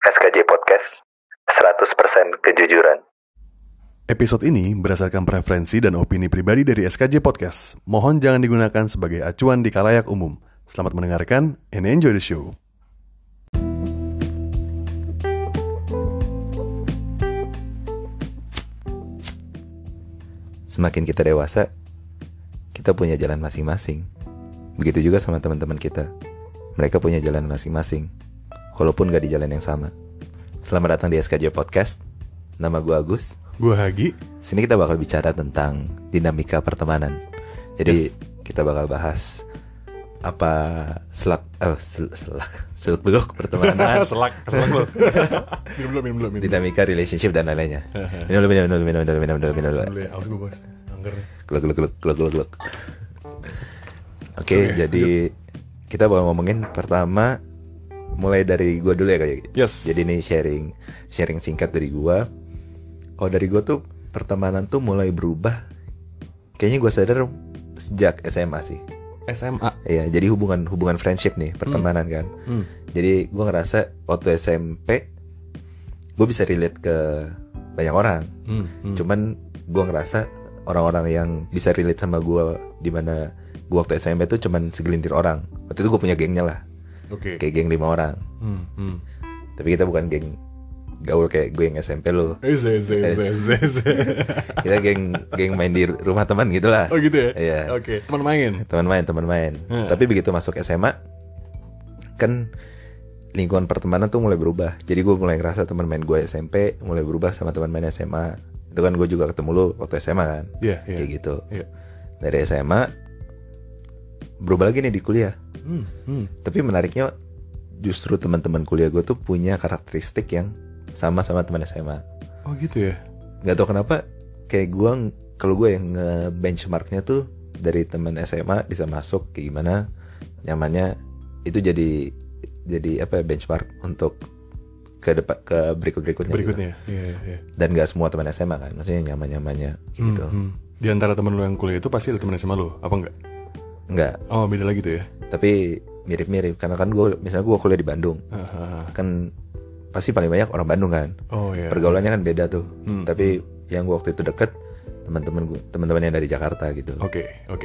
SKJ Podcast 100% kejujuran. Episode ini berdasarkan preferensi dan opini pribadi dari SKJ Podcast. Mohon jangan digunakan sebagai acuan di khalayak umum. Selamat mendengarkan and enjoy the show. Semakin kita dewasa, kita punya jalan masing-masing. Begitu juga sama teman-teman kita. Mereka punya jalan masing-masing, walaupun gak di jalan yang sama. Selamat datang di SKJ Podcast. Nama gue Agus. Gue Hagi. Sini kita bakal bicara tentang dinamika pertemanan. Jadi kita bakal bahas apa seluk beluk pertemanan, selak lo. Minum dulu. dinamika relationship dan lain-lainnya. Minum dulu. Aus gue bos. Angger. Gluk. Oke, jadi kita bakal ngomongin pertama mulai dari gue dulu ya kayak. Yes. Jadi ini sharing singkat dari gue. Kalau dari gue tuh pertemanan tuh mulai berubah. Kayaknya gue sadar sejak SMA sih. SMA. Iya, jadi hubungan friendship nih, pertemanan kan. Jadi gue ngerasa waktu SMP gue bisa relate ke banyak orang. Cuman gue ngerasa orang-orang yang bisa relate sama gue di mana gue waktu SMP tuh cuman segelintir orang. Waktu itu gue punya gengnya lah. Oke. Kayak geng 5 orang. Tapi kita bukan geng gaul kayak gue yang SMP lo. Kita geng main di rumah teman gitu lah. Oh gitu ya? Iya. Oke. Teman main. Tapi begitu masuk SMA kan lingkungan pertemanan tuh mulai berubah. Jadi gue mulai ngerasa teman main gue SMP mulai berubah sama teman main SMA. Itu kan gue juga ketemu lo waktu SMA kan. Iya. Kayak gitu. Iya. Dari SMA berubah lagi nih di kuliah. Tapi menariknya justru teman-teman kuliah gue tuh punya karakteristik yang sama teman SMA. Oh gitu ya? Gak tau kenapa kayak gue, kalau gue yang nge-benchmarknya tuh dari teman SMA bisa masuk kayak gimana nyamannya, itu jadi apa ya, benchmark untuk ke depan, ke berikutnya gitu. Iya. Dan gak semua teman SMA kan, maksudnya nyamannya gitu. Di antara teman lo yang kuliah itu pasti ada teman SMA lo, apa enggak? Enggak. Oh beda lagi tuh ya? Tapi mirip-mirip, karena kan gue, misalnya gue kuliah di Bandung, kan pasti paling banyak orang Bandung kan. Oh iya. Pergaulannya kan beda tuh. Tapi yang gue waktu itu deket teman-teman yang dari Jakarta gitu. Oke.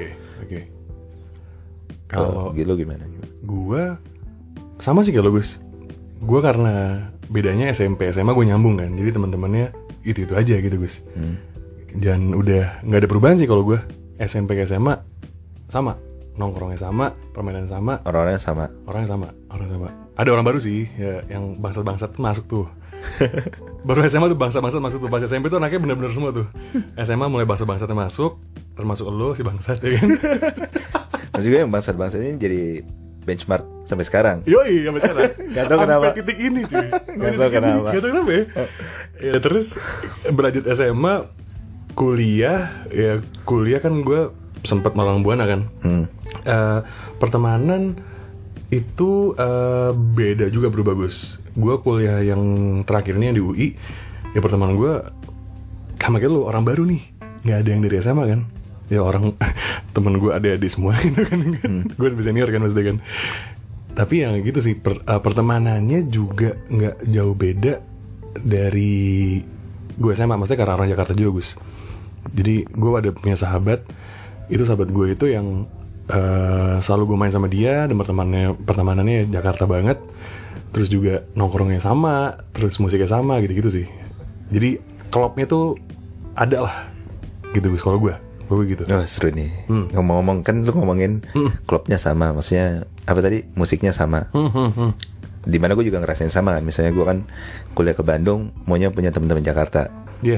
Kalau gitu gimana? gue sama sih kalau Gus. Gue karena bedanya SMP SMA gue nyambung kan. Jadi teman-temannya itu aja gitu Gus. Dan udah nggak ada perubahan sih kalau gue. SMP ke SMA sama, nongkrongnya sama, permainan sama, Orangnya sama. Ada orang baru sih ya, yang bangsat masuk tuh. Baru SMA tuh bangsat masuk tuh. Pas SMP tuh anaknya bener-bener semua tuh. SMA mulai bangsat-bangsatnya masuk, termasuk lo si bangsat ya kan. Nah juga yang bangsat ini jadi benchmark sampai sekarang. Yoi, sampai sekarang. Gak tau kenapa. Sampai titik ini cuy. Gak tau kenapa ya. Ya terus berlanjut SMA, kuliah kan gue sempat Malang Buana kan. Pertemanan itu beda juga, berubah Gus. Gue kuliah yang terakhir ini yang di UI, ya pertemanan gue sama kayak lu, orang baru nih, nggak ada yang dari SMA kan. Ya orang temen gue adik-adik semua gitu kan. Gue lebih senior kan maksudnya kan. Tapi yang gitu sih, pertemanannya juga nggak jauh beda dari gue SMA, maksudnya karena orang Jakarta juga Gus. Jadi gue ada punya sahabat, itu sahabat gue itu yang selalu gue main sama dia, dan pertemanannya Jakarta banget. Terus juga nongkrongnya sama, terus musiknya sama gitu-gitu sih. Jadi klopnya tuh ada lah gitu Gus kalau gue gitu. Oh seru nih. Ngomong-ngomong kan lu ngomongin klubnya sama, maksudnya apa tadi, musiknya sama. Dimana gue juga ngerasain sama kan. Misalnya gue kan kuliah ke Bandung, maunya punya teman-teman Jakarta. Iya.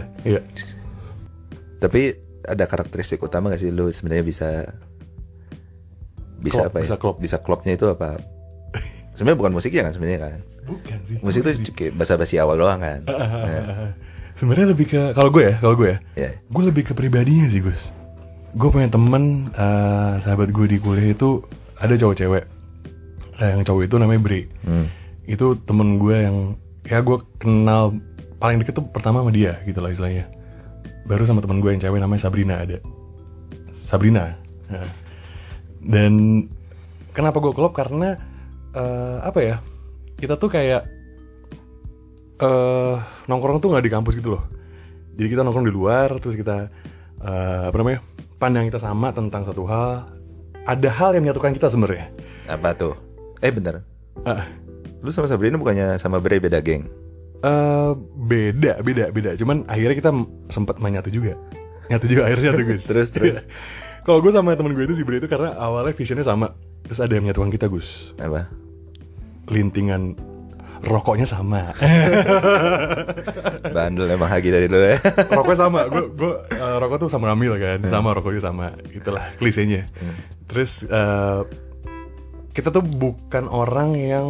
Tapi ada karakteristik utama gak sih lu sebenarnya bisa klop, apa ya? Bisa klopnya itu apa? Sebenarnya bukan musiknya kan sebenarnya kan. Bukan sih. Musik itu kayak basa-basi awal doang kan. Sebenarnya lebih ke, kalau gue ya. Yeah. Gue lebih ke pribadinya sih Gus. Gue punya temen, sahabat gue di kuliah itu ada cowok cewek. Yang cowok itu namanya Bre. Itu temen gue yang ya gue kenal paling deket tuh pertama sama dia gitu lah istilahnya. Baru sama temen gue yang cewek namanya Sabrina ada. Dan kenapa gue klop, karena apa ya, kita tuh kayak nongkrong tuh nggak di kampus gitu loh. Jadi kita nongkrong di luar, terus kita pandang kita sama tentang satu hal. Ada hal yang menyatukan kita sebenarnya. Apa tuh? Bentar. Ah. Lu sama Sabrina bukannya sama Bre beda geng? Beda. Cuman akhirnya kita sempat menyatu juga. Nyatu juga akhirnya tuh Gus. Terus. Kalau gue sama temen gue itu si Bre itu karena awalnya visionnya sama. Terus ada yang menyatukan kita Gus. Apa? Lintingan rokoknya sama. Bandel emang Hagi dari dulu ya. Rokoknya sama. Gue rokok tuh sama Ramil kan. Sama rokoknya sama. Itulah klisenya. Terus kita tuh bukan orang yang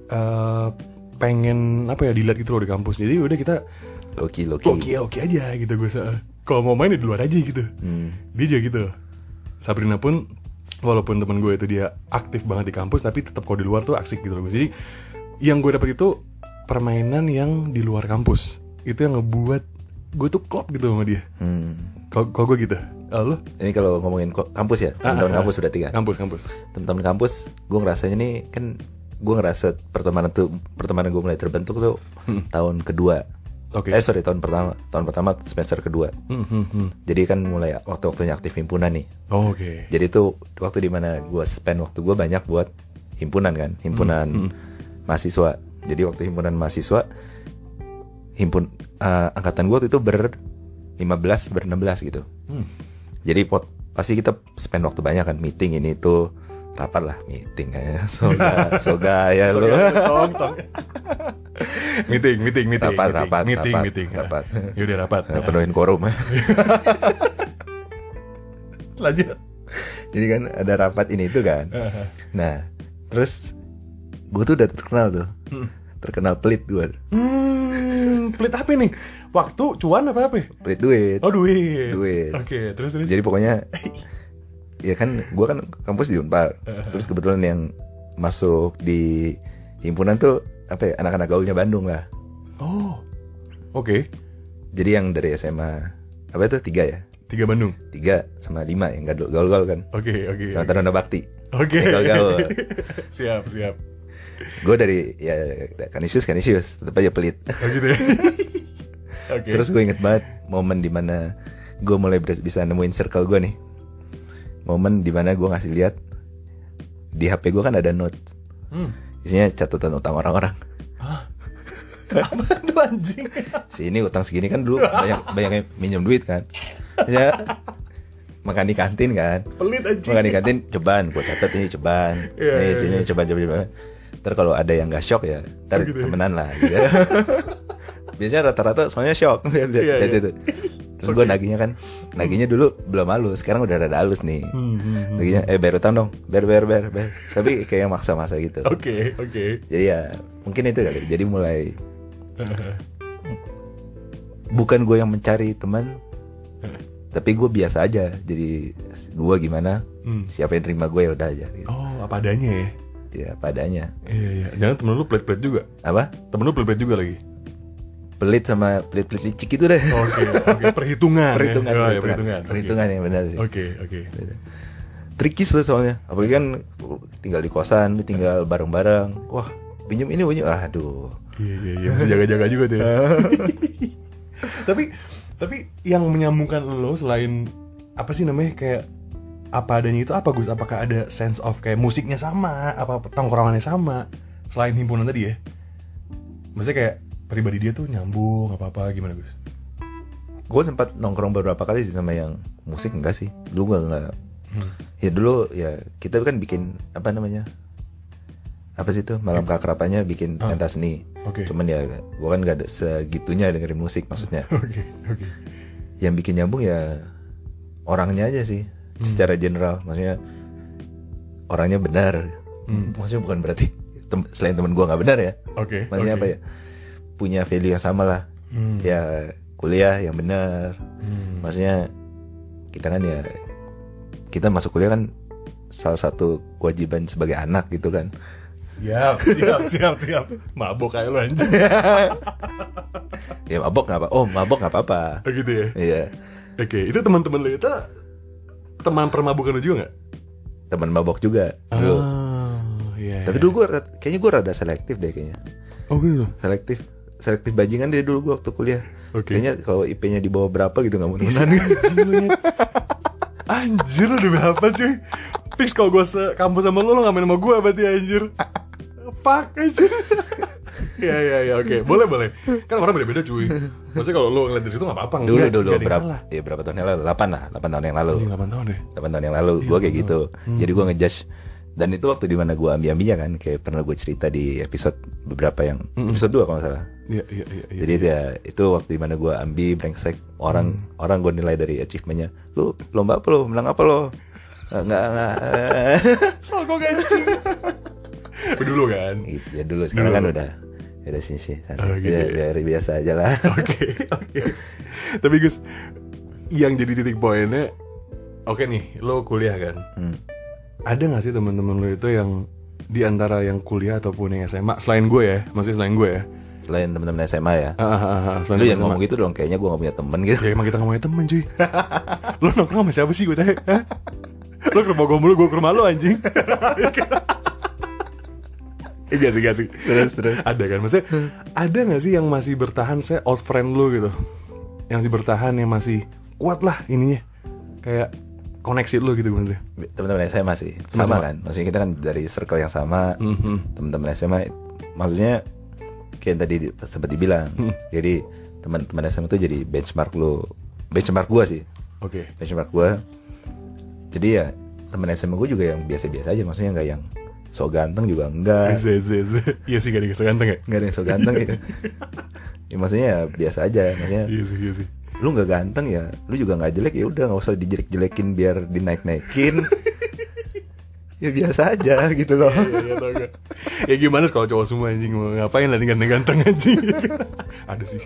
pengen dilihat gitu loh di kampus. Jadi udah kita Loki aja gitu gue. Kalau mau main di luar aja gitu. Dia juga gitu. Sabrina pun walaupun temen gue itu dia aktif banget di kampus, tapi tetap kalau di luar tuh asik gitu loh. Jadi yang gue dapet itu permainan yang di luar kampus. Itu yang ngebuat gue tuh klop gitu sama dia. Kalau gue gitu. Lo? Ini kalau ngomongin kampus ya, teman-teman kampus berarti kan? Kampus. Teman-teman kampus, gue ngerasanya nih kan, gue ngerasa pertemanan gue mulai terbentuk tuh tahun kedua. Tahun pertama semester kedua. Jadi kan mulai waktu-waktunya aktif himpunan nih. Jadi tuh waktu dimana gue spend waktu gue banyak buat himpunan kan, himpunan mahasiswa. Jadi waktu himpunan mahasiswa, angkatan gue waktu itu ber-16 gitu. Jadi pasti kita spend waktu banyak kan, meeting ini tuh, rapat lah, meeting kayak soga ya lu. Meeting. Rapat. Yaudah rapat. Penuhin quorum. Lanjut. Jadi kan ada rapat ini itu kan. Nah, terus gue tuh udah terkenal tuh. Terkenal pelit gue. Pelit apa nih? Waktu, cuan apa? Pelit duit. Oh, duit. Oke, terus. Jadi pokoknya ya kan gue kan kampus di Unpar. Terus kebetulan yang masuk di himpunan tuh anak-anak gaulnya Bandung lah. Jadi yang dari SMA 3 ya? 3 Bandung. 3 sama 5 yang gak gaul-gaul kan. Oke. Sama Taruna Bakti. Gaul-gaul. Siap. Gue dari ya Kanisius tetap aja pelit. Gitu ya. Terus gue inget banget momen dimana gue mulai bisa nemuin circle gue nih. Momen dimana gue ngasih lihat di HP gue kan ada note. Isinya catatan utang orang-orang. Apa tuh anjing? Ini utang segini kan dulu banyak minjem duit kan. Ya makan di kantin kan. Pelit anjing. Makan di kantin cobaan, gue catat ini cobaan. Sini cobaan. Ntar kalau ada yang gak shock ya, ntar gitu temenan lah gitu. Biasanya rata-rata soalnya shock. Itu. Terus gue nagihnya dulu belum halus, sekarang udah rada halus nih. Nagihnya bayar utang dong, bayar. Tapi kayak maksa-maksa gitu. Oke. Jadi ya mungkin itu kali. Jadi mulai bukan gue yang mencari teman, tapi gue biasa aja. Jadi gue gimana, siapa yang terima gue ya udah aja. Gitu. Apa adanya ya? Ya apa adanya. Iya. Jangan temen lu pelit-pelit juga. Apa? Temen lu pelit-pelit juga lagi. Pelit sama pelit licik itu deh. Oke. Perhitungan yang benar sih. Oke. Tricky soalnya. Apalagi kan tinggal di kosan, tinggal bareng-bareng. Wah, pinjam ini. Aduh. Iya. Mesti jaga-jaga juga tuh. Tapi yang menyambungkan lo selain apa sih namanya kayak apa adanya itu apa Gus? Apakah ada sense of kayak musiknya sama, apa tongkrongannya sama selain himpunan tadi ya? Maksudnya kayak pribadi dia tuh nyambung apa gimana Gus? Gue sempat nongkrong beberapa kali sih sama yang musik, enggak sih? Dulu gue enggak. Ya dulu ya kita kan bikin apa namanya? Apa sih itu? Malam keakrabannya bikin pentas seni. Cuman ya gue kan gak ada segitunya dengerin musik maksudnya. Yang bikin nyambung ya orangnya aja sih. Secara general, maksudnya orangnya benar. Maksudnya bukan berarti selain temen gue nggak benar ya. Maksudnya apa ya? Punya value yang sama lah. Ya kuliah yang benar. Maksudnya kita kan ya kita masuk kuliah kan salah satu kewajiban sebagai anak gitu kan. Siap. Mabok kayak lu anjing. Ya mabok nggak apa-apa. Gitu ya. Iya. Oke, itu teman-teman lu itu teman permabukan lu juga nggak? Teman mabok juga. Iya. Tapi dulu kayaknya gue rada selektif deh kayaknya. Oh gitu. Selektif selektif bajingan deh dulu gue waktu kuliah. Kayaknya kalau IP-nya di bawah berapa gitu nggak mau temenan. Anjir lu demi apa cuy? Fix kalau gue sekampus sama lu gak main sama gue berarti anjir. Fuck anjir. Ya oke. Boleh. Kan orang beda-beda cuy. Maksudnya kalau lu ngeliat dari situ gak apa-apa. Dulu berapa tahun yang lalu? 8 tahun yang lalu. 8 tahun deh. 8 tahun yang lalu gue kayak gitu. Jadi gue ngejudge. Dan itu waktu dimana gue ambil-ambilnya kan. Kayak pernah gue cerita di episode beberapa yang episode 2 kalau gak salah. Iya. Jadi itu waktu dimana gue ambil brengsek. Orang gue nilai dari achievementnya. Lu lomba apa lo? Menang apa lo? Nggak. Soal kok gancing. Dulu kan. Ya dulu. Sekarang kan udah sih. Biar biasa aja lah. Oke. Tapi Gus, yang jadi titik poinnya, oke nih, lo kuliah kan? Ada nggak sih teman-teman lo itu yang di antara yang kuliah ataupun yang SMA, selain gue ya, maksudnya selain gue ya? Selain teman-teman SMA ya. Lu jangan ngomong gitu dong, kayaknya gue gak punya temen gitu. Ya emang kita gak punya temen cuy. Lo nongkrong sama siapa sih gue tanya? Lo ke rumah gue mulu, gue ke rumah lo anjing. Gak sih. Terus. Ada kan, maksudnya ada gak sih yang masih bertahan, saya old friend lo gitu, yang masih bertahan, yang masih kuat lah ininya, kayak koneksi lo gitu maksudnya. Teman-teman SMA sih, sama kan. Maksudnya kita kan dari circle yang sama. Teman-teman SMA, maksudnya kayak tadi sempat dibilang. Jadi teman-teman SMA tuh jadi benchmark gue sih. Oke. Benchmark gue. Jadi ya teman SMA gue juga yang biasa-biasa aja, maksudnya nggak yang sok ganteng juga enggak. Iya sih, gak ada yang sok ganteng ya. Nggak ada yang sok ganteng ya. Ya maksudnya ya biasa aja, maksudnya. Iya sih. Lu nggak ganteng ya, lu juga nggak jelek, ya udah nggak usah dijelek-jelekin biar dinaik-naikin. Ya biasa aja gitu loh. Iya, tau gak. Ya gimana kalau cowok semua anjing, mau ngapain lah ganteng-ganteng anjing. Ada sih.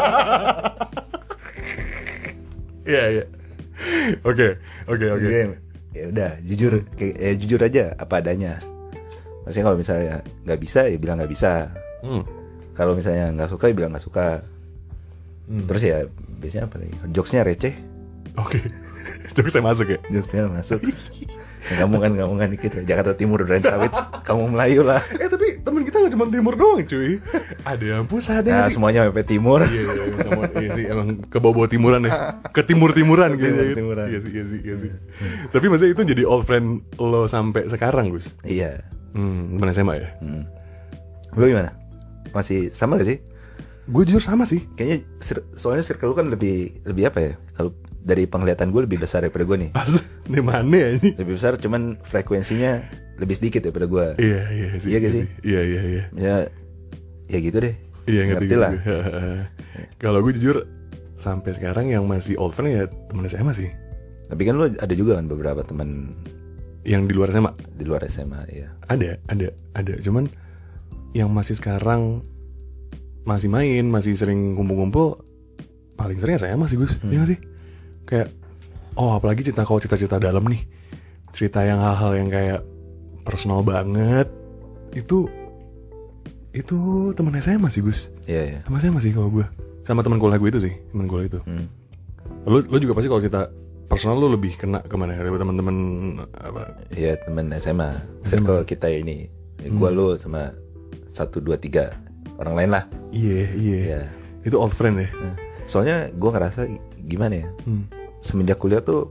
Iya. Oke. Ya udah, jujur aja apa adanya. Maksudnya kalau misalnya nggak bisa ya bilang nggak bisa. Kalau misalnya nggak suka ya bilang nggak suka. Terus ya biasanya apa lagi? Jokesnya receh. Oke. Jokesnya masuk ya? Jokesnya masuk. Kamu kan dikit Jakarta Timur dan sawit, kamu Melayu lah. Tapi temen kita gak cuma timur doang cuy. Ada yang pusat, ada nah, sih. semuanya sampai timur. Iya sih, emang ke bawah timuran ya. Ke timuran gitu. Iya sih. Tapi maksudnya itu jadi old friend lo sampai sekarang, Gus? Iya. Temen SMA ya? Lo gimana? Masih sama gak sih? Gue jujur sama sih. Kayaknya soalnya circle lu kan lebih apa ya? Kalau dari penglihatan gue lebih besar daripada gue nih. Di mana ya ini? Lebih besar, cuman frekuensinya lebih sedikit daripada gue. Iya sih. Iya gak sih? Iya. Ya gitu deh. Iya, ngerti lah. Kalau gue jujur sampai sekarang yang masih old friend ya teman SMA sih. Tapi kan lu ada juga kan beberapa teman yang di luar SMA. Di luar SMA, ya. Ada. Cuman yang masih sekarang masih main, masih sering kumpul-kumpul, paling sering saya masih Gus. Iya gak sih? Kayak apalagi cita-cita dalam nih, cerita yang hal-hal yang kayak personal banget, itu teman saya masih Gus. Iya. Teman saya masih kalau gue sama teman kuliah gue itu sih, teman kuliah itu. Lu juga pasti kalau cerita personal lu lebih kena kemana ya? Teman-teman apa? Iya, teman SMA. Circle kita ini, gue lu sama 1, 2, 3 orang lain lah. Iya. Itu old friend ya. Soalnya gue ngerasa gimana ya? Semenjak kuliah tuh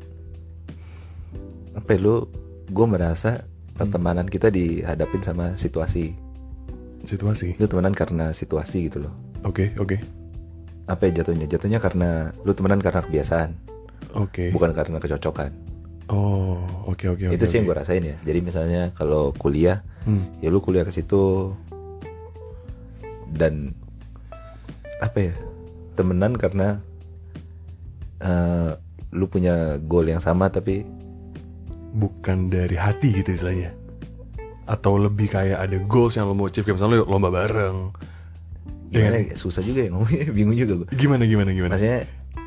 gue merasa pertemanan kita dihadapin sama situasi. Lu temenan karena situasi gitu loh. Oke. Apa ya jatuhnya? Jatuhnya karena lu temenan karena kebiasaan. Oke. Bukan karena kecocokan. Oke. Itu sih yang gue rasain ya. Jadi misalnya kalau kuliah, ya lu kuliah ke situ dan apa ya? Temenan karena lu punya goal yang sama tapi bukan dari hati gitu istilahnya. Atau lebih kayak ada goals yang lo mau achieve, kayak misalnya lo lomba bareng. Gimana ya, susah juga ya ngomongnya, bingung juga gue. Gimana? Maksudnya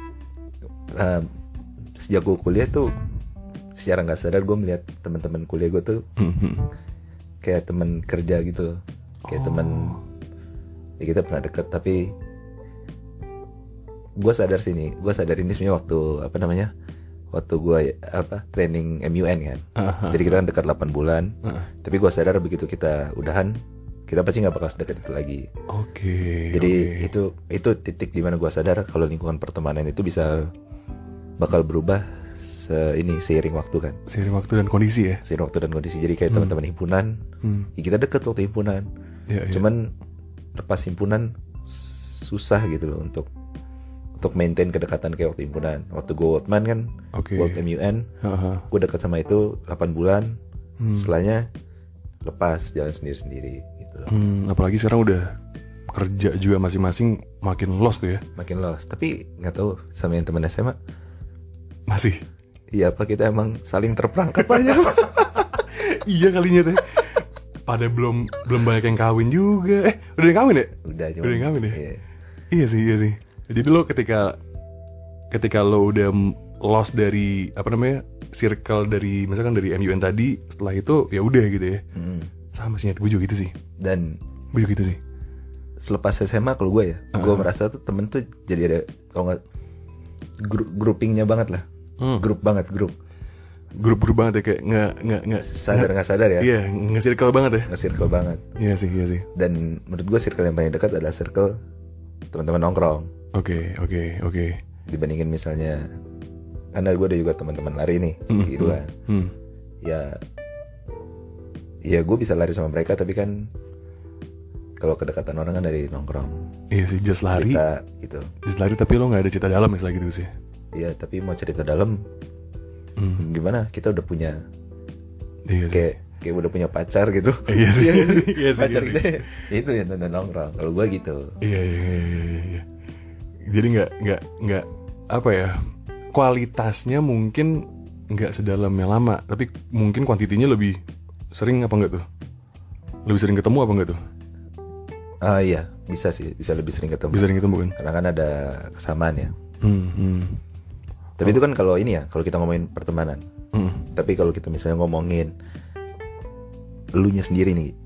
sejak gue kuliah tuh secara gak sadar gue melihat teman-teman kuliah gue tuh kayak teman kerja gitu loh. Kayak teman ya kita pernah deket, tapi gue sadar ini sebenarnya waktu gue training MUN kan. Jadi kita kan dekat 8 bulan. Tapi gue sadar begitu kita udahan, kita pasti nggak bakal sedekat itu lagi. Oke. Jadi itu titik dimana gue sadar kalau lingkungan pertemanan itu bisa bakal berubah seiring waktu kan. Seiring waktu dan kondisi ya. Seiring waktu dan kondisi. Jadi kayak teman-teman himpunan, ya kita deket waktu himpunan. Ya, Cuman lepas himpunan susah gitu loh untuk maintain kedekatan kayak waktu himpunan. Waktu gue Worldman kan, World MUN, gue dekat sama itu 8 bulan. Setelahnya lepas jalan sendiri-sendiri gitu loh. Apalagi sekarang udah kerja juga masing-masing, makin lost tuh ya. Makin lost. Tapi nggak tahu sama yang teman SMA masih. Iya apa kita emang saling terperangkap aja. Iya kalinya teh. Pada belum banyak yang kawin juga. Udah yang kawin ya? Udah yang kawin ya? Iya. Iya sih. Jadi lo ketika lo udah lost dari circle dari misalkan dari MUN tadi, setelah itu ya udah gitu ya. Sama sih, gue juga gitu sih. Dan gue juga gitu sih. Selepas SMA kalau gue ya, gue merasa tuh temen tuh jadi ada kalau nggak groupingnya banget lah. Grup banget. Grup banget ya, kayak nggak sadar ya. Iya, nge-circle banget ya. Nge-circle banget. Iya sih. Dan menurut gue circle yang paling dekat adalah circle teman-teman nongkrong. Oke. Dibandingin misalnya, karena gue ada juga teman-teman lari nih, gitu kan. Ya gue bisa lari sama mereka, tapi kan kalau kedekatan orang kan dari nongkrong. Iya sih, just lari. Cerita gitu. Just lari tapi lo nggak ada cerita dalam misalnya gitu sih. Iya, tapi mau cerita dalam, gimana? Kita udah punya, kayak udah punya pacar gitu. Iya sih. Pacar kita itu yang nongkrong. Kalau gue gitu. Iya. Jadi nggak apa ya, kualitasnya mungkin nggak sedalam yang lama, tapi mungkin kuantitinya lebih sering apa enggak tuh? Lebih sering ketemu apa enggak tuh? Iya, bisa sih, bisa lebih sering ketemu. Bisa sering ketemu kan? Karena kan ada kesamaan ya. Tapi itu kan kalau ini ya, kalau kita ngomongin pertemanan. Tapi kalau kita misalnya ngomongin elunya sendiri nih,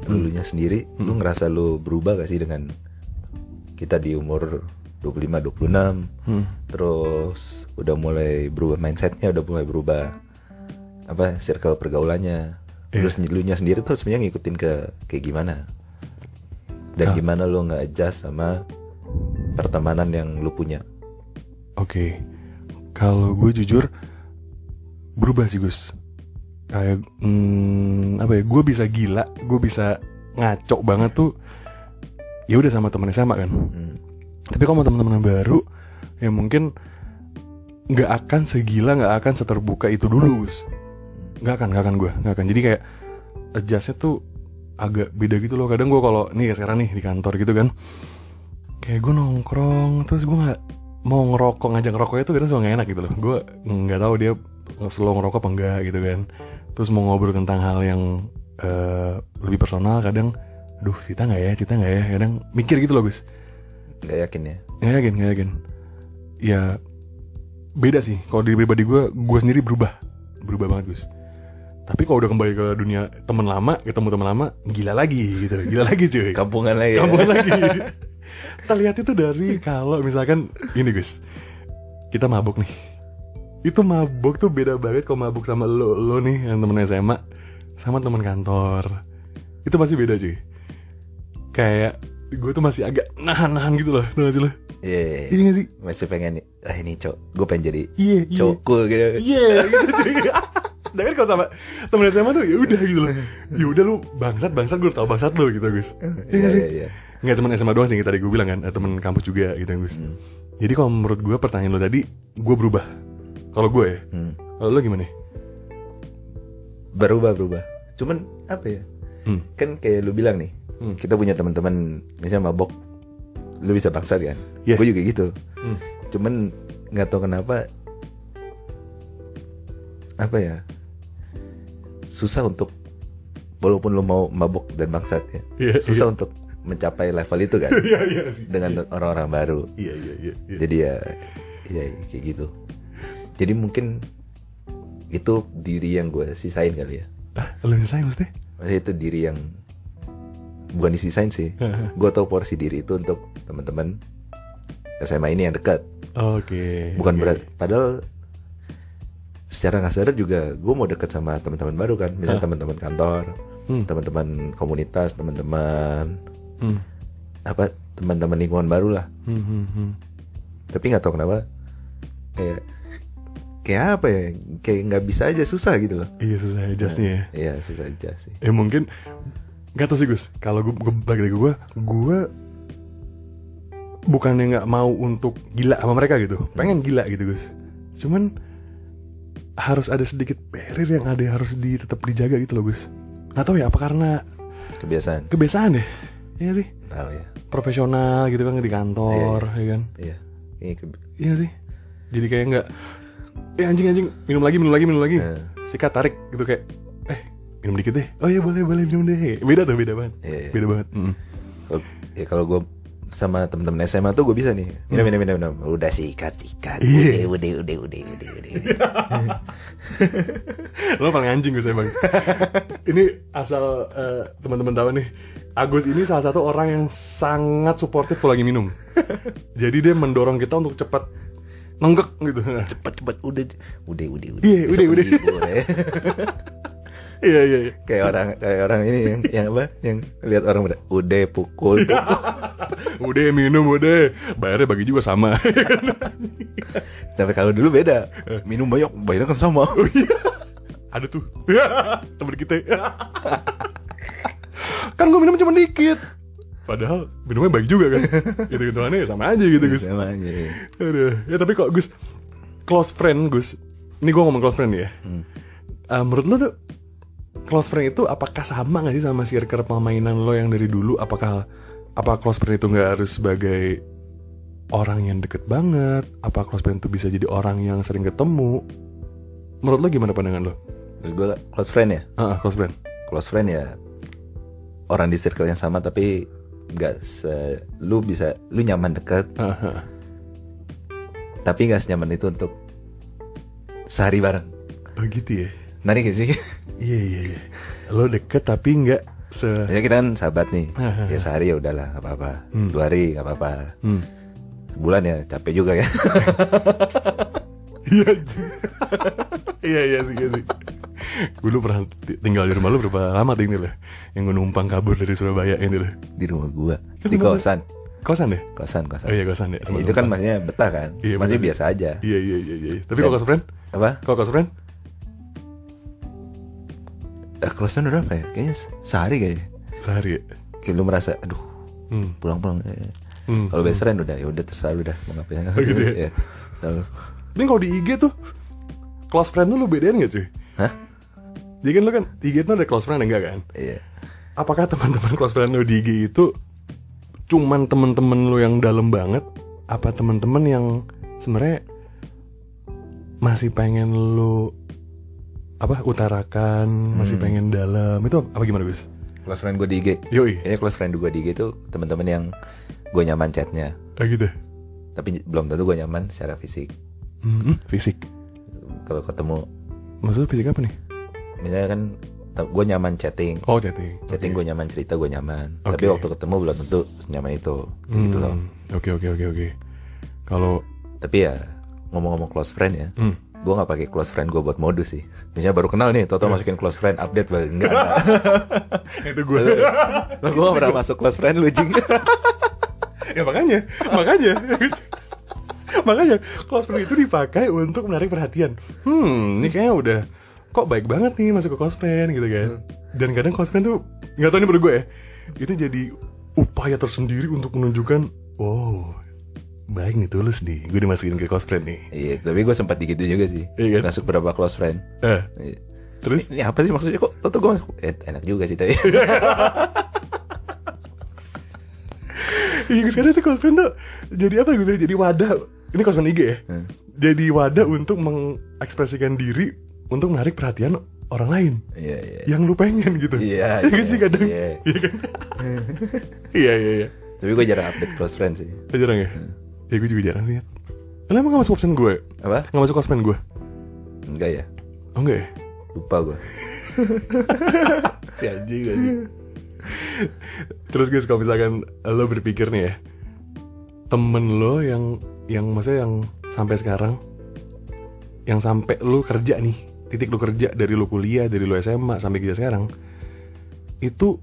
lu ngerasa lu berubah gak sih dengan kita di umur 25-26, terus udah mulai berubah mindsetnya, udah mulai berubah circle pergaulannya. Terus lunya sendiri tuh sebenarnya ngikutin kayak gimana, dan gimana lu nggak adjust sama pertemanan yang lu punya. Oke. Kalau gue jujur berubah sih Gus. Kayak gue bisa gila, gue bisa ngaco banget tuh. Ya udah sama teman SMA kan. Tapi kalau sama teman-teman baru, ya mungkin nggak akan segila, nggak akan seterbuka itu dulu Gus. Nggak akan. Jadi kayak adjustnya tuh agak beda gitu loh. Kadang gue kalau nih sekarang nih di kantor gitu kan, kayak gue nongkrong terus gue nggak mau ngajak ngerokoknya tuh kadang suka nggak enak gitu loh. Gue nggak tahu dia slow ngerokok apa enggak gitu kan. Terus mau ngobrol tentang hal yang lebih personal, kadang aduh cerita nggak ya, kadang mikir gitu loh Gus. Nggak yakin ya? Nggak yakin. Ya beda sih. Kalau dari pribadi gue sendiri berubah banget Gus. Tapi kalau udah kembali ke dunia teman lama, ketemu teman lama, gila lagi cuy. Kampungan lagi. Terlihat itu dari kalau misalkan ini Gus, kita mabuk nih. Itu mabuk tuh beda banget kalau mabuk sama lo nih yang temen SMA sama temen kantor. Itu pasti beda cuy. Kayak gue tuh masih agak nahan gitu loh, tau gak sih lo? Iya. Iya gak sih? Masih pengen ini cowok, gue pengen jadi cowok cool gitu. Iya gitu cuy. Jangan kalau sama temen SMA tuh ya udah gitu loh. Ya udah lu bangsat gue tau bangsat lo gitu Gus. Iya gak sih? Iya. Nggak cuma SMA doang sih tadi gue bilang kan, temen kampus juga gitu Gus. Jadi kalau menurut gue pertanyaan lo tadi, gue berubah. Kalau gue ya, kalau lo gimana? Berubah. Cuman apa ya? Kan kayak lu bilang nih, kita punya teman-teman misalnya mabok, lu bisa bangsat kan? Yeah. Gue juga gitu. Cuman nggak tahu kenapa, apa ya? Susah untuk, walaupun lu mau mabok dan bangsat ya, susah untuk mencapai level itu kan? Dengan orang-orang baru. Iya. Jadi ya kayak gitu. Jadi mungkin itu diri yang gue sisain kali ya. Lo sisain mesti? Maksudnya itu diri yang bukan disisain sih. Gue tahu porsi diri itu untuk teman-teman SMA ini yang dekat. Oke. Bukan berat. Padahal secara nggak sadar juga gue mau dekat sama teman-teman baru kan. Misalnya teman-teman kantor, teman-teman komunitas, teman-teman teman-teman lingkungan baru lah. Tapi nggak tahu kenapa kayak apa ya, kayak nggak bisa aja, susah gitu loh. Iya, susah adjustnya ya. Iya, susah aja sih. Mungkin nggak tahu sih Gus. Kalau gue balik lagi gue bukannya nggak mau untuk gila sama mereka gitu, pengen gila gitu Gus. Cuman harus ada sedikit barrier yang harus tetap dijaga gitu loh Gus. Nggak tahu ya, apa karena kebiasaan deh, iya sih. Tahu ya. Profesional gitu kan di kantor, ya kan. Iya sih. Jadi kayak nggak, anjing minum lagi. Sikat tarik gitu kayak, minum dikit deh. Oh iya boleh minum deh. Beda banget. Iya. Beda banget. Kalau gue sama temen-temen SMA tuh gue bisa nih minum. Udah sikat. Iya. Udah. Lo paling anjing gue bang. Ini asal teman-teman tahu nih, Agus ini salah satu orang yang sangat suportif kalau lagi minum. Jadi dia mendorong kita untuk cepat nenggek gitu. Cepat udah. Iya, udah. Iya. Kayak orang ini yang apa? Yang lihat orang udah pukul. Udah minum, udah. Bayarnya bagi juga sama. Tapi kalau dulu beda. Minum banyak, bayarnya kan sama. Ada tuh. Temen kita. Kan gue minum cuma dikit. Padahal minumnya baik juga kan. Gitu-gitu aneh sama aja gitu Gus. Sama aja. Aduh. Ya tapi kok Gus, close friend Gus. Ini gue ngomong close friend ya. Menurut lo tuh close friend itu apakah sama gak sih sama circle permainan lo yang dari dulu? Apa close friend itu gak harus sebagai orang yang deket banget? Apa close friend itu bisa jadi orang yang sering ketemu? Menurut lo gimana pandangan lo? Menurut gue close friend ya? Close friend. Close friend ya orang di circle yang sama tapi lu nyaman deket. Tapi gak senyaman itu untuk sehari bareng. Oh gitu ya? Menarik gak sih? Iya. Lo deket tapi nggak ya kita kan sahabat nih. Ya sehari ya udahlah, apa-apa. 2 hari nggak apa-apa. Sebulan ya capek juga ya. Iya sih. Gue dulu pernah tinggal di rumah lu berapa lama tinggal lah? Yang gue numpang kabur dari Surabaya ini loh. Di rumah gua. Di kosan. Kosan deh? Kosan. Oh iya kosan ya. Itu kan maksudnya betah kan? Iya, maksudnya biasa aja. Iya. Tapi kok close friend? Apa? Kok close friend? Close friend udah apa ya? Kayaknya sehari kayaknya. Sehari ya? Kayak lu merasa aduh pulang. Kalau best friend udah ya udah terserah lu dah mau ngapain. Oh gitu ya? Ya. Selalu. Ini kalau di IG tuh close friend lu bedain gak cuy? Hah? Jadi kan lu kan IG itu ada close friend enggak kan? Iya. Apakah teman-teman close friend lu di IG itu cuman teman-teman lu yang dalam banget? Apa teman-teman yang sebenarnya masih pengen lu utarakan, masih pengen dalam? Itu apa gimana Gus? Close friend gue di IG. Yoi. Kayaknya close friend gue di IG itu teman-teman yang gue nyaman chatnya. Gitu. Tapi belum tentu gue nyaman secara fisik. Fisik. Kalau ketemu. Maksudnya fisik apa nih? Misalnya kan gue nyaman chatting. Oh chatting. Chatting okay. Gue nyaman, cerita gue nyaman. Okay. Tapi waktu ketemu belum tentu senyaman itu. Gitu loh. Oke. Kalau tapi ya ngomong-ngomong close friend ya. Gue gak pakai close friend gue buat modus sih. Misalnya baru kenal nih, tau masukin close friend update balik. Enggak. Itu gue. Gue gak pernah masuk close friend lu jing. Ya makanya close friend itu dipakai untuk menarik perhatian. Ini kayaknya udah kok baik banget nih masuk ke close friend gitu kan. Dan kadang close friend tuh nggak tahu nih menurut gue ya, itu jadi upaya tersendiri untuk menunjukkan baik nih, tulus nih, gue dimasukin ke close friend nih. Iya, tapi gue sempat gitu juga sih. Iya kan? Masuk berapa close friend. Iya. Terus? Ini apa sih maksudnya, kok tau gue masuk? Enak juga sih tadi. Iya, sekarang itu close friend tuh jadi apa gue? Jadi wadah. Ini close friend IG ya. Jadi wadah untuk mengekspresikan diri untuk menarik perhatian orang lain. Iya. Yang lu pengen gitu. Iya. Iya sih kadang. Iya kan? Iya. Tapi gue jarang update close friend sih. Jarang ya? Ya gue juga jarang sih. Lo emang gak masuk close friend gue? Apa? Gak masuk close friend gue? Enggak ya. Oh enggak ya? Lupa gue. Si anjing. Terus guys, kalau misalkan lo berpikir nih ya, temen lo yang maksudnya yang sampai sekarang, yang sampai lo kerja nih, titik lo kerja dari lo kuliah, dari lo SMA sampai kita sekarang, itu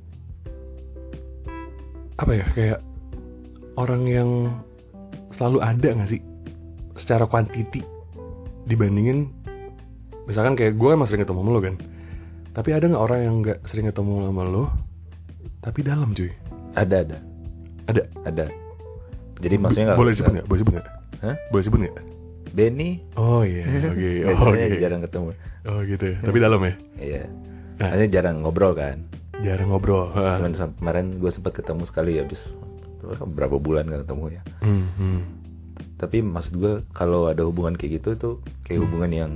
apa ya, kayak orang yang selalu ada nggak sih secara quantity dibandingin misalkan kayak gue emang sering ketemu sama lo kan, tapi ada nggak orang yang nggak sering ketemu sama lo tapi dalam cuy? Ada. Jadi maksudnya nggak boleh disebut nggak? Hah? Boleh sebut nggak? Benny. Oh iya, oke. Biasanya jarang ketemu. Oh gitu. Tapi dalam ya? Iya. Nah. Maksudnya jarang ngobrol kan. Jarang ngobrol. Cuman kemarin gue sempat ketemu sekali habis berapa bulan gak ketemu ya. Tapi maksud gue kalau ada hubungan kayak gitu tuh kayak hubungan yang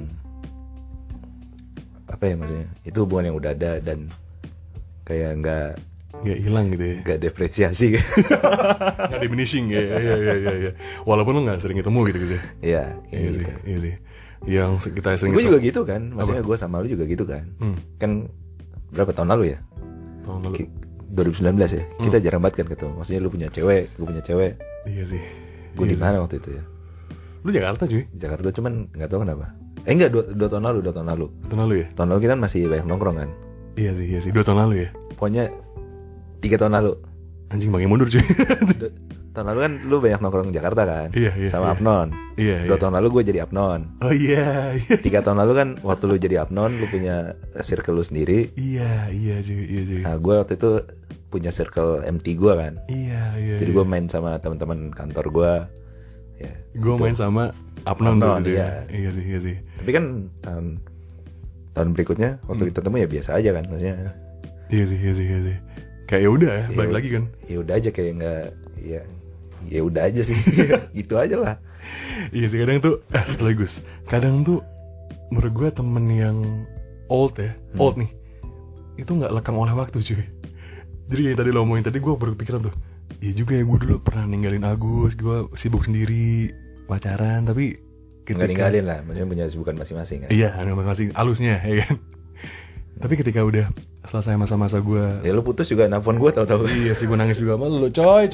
apa ya maksudnya? Itu hubungan yang udah ada dan kayak nggak hilang gitu ya. Nggak depresiasi kan. Nggak diminishing ya. Iya. Walaupun lo nggak sering ketemu gitu sih. Iya gitu. Sih. Yang kita sering gue juga gitu kan. Maksudnya gue sama lu juga gitu kan. Kan berapa tahun lalu ya? Tahun lalu 2019 ya. Kita jarang banget kan ketemu. Maksudnya lu punya cewek, gue punya cewek. Iya sih. Gue di mana waktu itu ya? Lu Jakarta cuy? Jakarta, cuman nggak tahu kenapa. Enggak, 2 tahun lalu. 2 tahun lalu. Tahun lalu ya? Tahun lalu kita masih banyak nongkrong kan. Iya sih. 2 tahun lalu ya? Pokoknya 3 tahun lalu. Anjing makin mundur cuy. Tahun lalu kan lu banyak nongkrong Jakarta kan. Iya. Sama Apnon. Iya. 2 tahun lalu gue jadi Apnon. Oh iya. 3 tahun lalu kan waktu lu jadi Apnon, lu punya circle lu sendiri. Iya cuy. Nah gue waktu itu punya circle MT gue kan. Iya. Jadi gue main sama teman-teman kantor gue. Ya. Gue main sama Apnon dulu. Iya. Iya sih. Tapi kan tahun berikutnya waktu kita ketemu ya biasa aja kan, maksudnya. Iya sih. Kayak ya udah ya, balik lagi kan. Ya udah aja kayak nggak ya udah aja sih. Gitu aja lah. Iya sih, kadang tuh setelah Gus, kadang tuh menurut gue temen yang old nih, itu nggak lekang oleh waktu cuy. Jadi kayak tadi lo ngomongin tadi, gue berpikiran tuh, iya juga ya, gue dulu pernah ninggalin Agus, gue sibuk sendiri pacaran, tapi nggak ninggalin lah, maksudnya punya kesibukan masing-masing kan. Iya, masing-masing halusnya ya kan. Tapi ketika udah selesai masa-masa gue, ya lu putus juga nelfon gue tahu-tahu. Iya sih, gue nangis juga sama lu coy.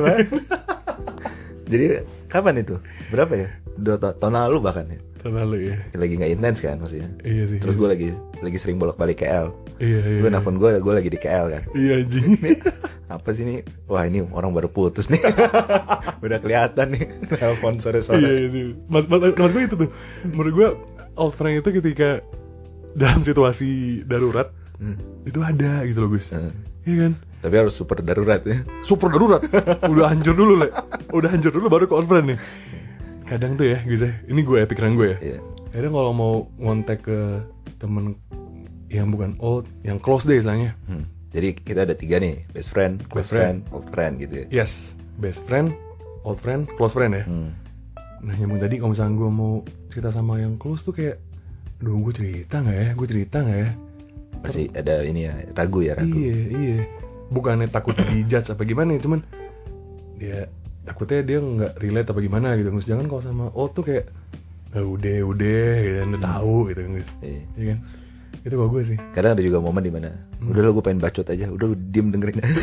Jadi kapan itu? Berapa ya? 2 tahun lalu bahkan ya. Tahun lalu ya. Lagi nggak intens kan maksudnya. Iya sih. Terus gue lagi sering bolak-balik KL. Iya. Lu nelfon gue lagi di KL kan. Iya anjing. Apa sih ini? Wah ini orang baru putus nih. Udah kelihatan nih nelfon sore-sore. Iya sih. Mas gue itu tuh. Menurut gue old friend itu ketika dalam situasi darurat itu ada gitu loh Gus. Iya kan? Tapi harus super darurat ya. Super darurat. Udah hancur dulu baru ke old friend nih. Kadang tuh ya Gus ya, ini gue ya, pikiran gue ya. Iya. Kadang kalau mau ngontek ke temen yang bukan old, yang close deh istilahnya. Jadi kita ada 3 nih, best friend, close friend, old friend gitu ya. Yes, best friend, old friend, close friend ya. Nah nyambung tadi, kalau misalnya gue mau cerita sama yang close tuh kayak, aduh gue cerita nggak ya? Masih ada ini ya, ragu. Iya. Bukannya takut dijudge apa gimana, cuman dia takutnya dia nggak relate apa gimana gitu. Terus jangan kalau sama tuh kayak udah gitu, udah tahu gitu guys. Iya kan? Itu kalau gue sih. Kadang ada juga momen dimana udah lo gue pengen bacot aja, udah lu diem dengerin aja.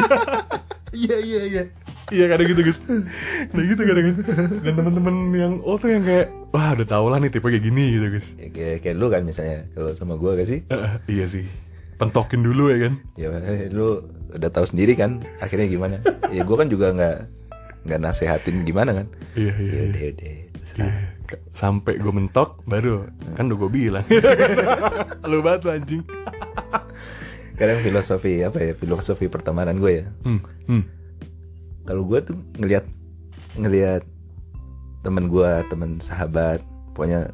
Iya kadang gitu guys. Nah gitu kadang. Dan teman-teman yang tuh yang kayak wah udah tau lah nih tipe kayak gini gitu guys. Kayak lu kan misalnya kalau sama gue gak sih? Iya sih. Pentokin dulu ya kan. Ya lu udah tahu sendiri kan akhirnya gimana. Ya gue kan juga nggak nasehatin gimana kan. Iya. Udah. Sampai gue mentok baru kan udah gue bilang. Lu banget lu anjing. Kadang filosofi pertemanan gue ya. Kalau gue tuh ngelihat teman gue, teman sahabat, pokoknya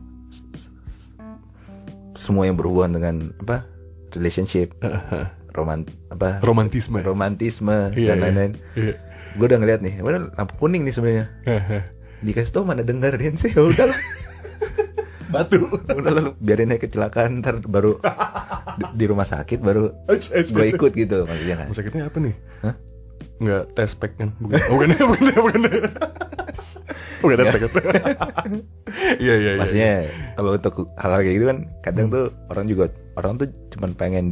semua yang berhubungan dengan relationship, romantisme dan lain-lain. Gue udah ngeliat nih, lampu kuning nih sebenarnya. Dikasih tau mana dengerin sih, udahlah. Batu. Udahlah, biarin aja kecelakaan, ntar baru di rumah sakit baru gue ikut gitu maksudnya kan. Rumah sakitnya apa nih? Hah? Nggak tes pack kan? Bukan. Bukan tes pack kan? Iya. Maksudnya kalau untuk hal-hal kayak gitu kan kadang tuh orang tuh cuman pengen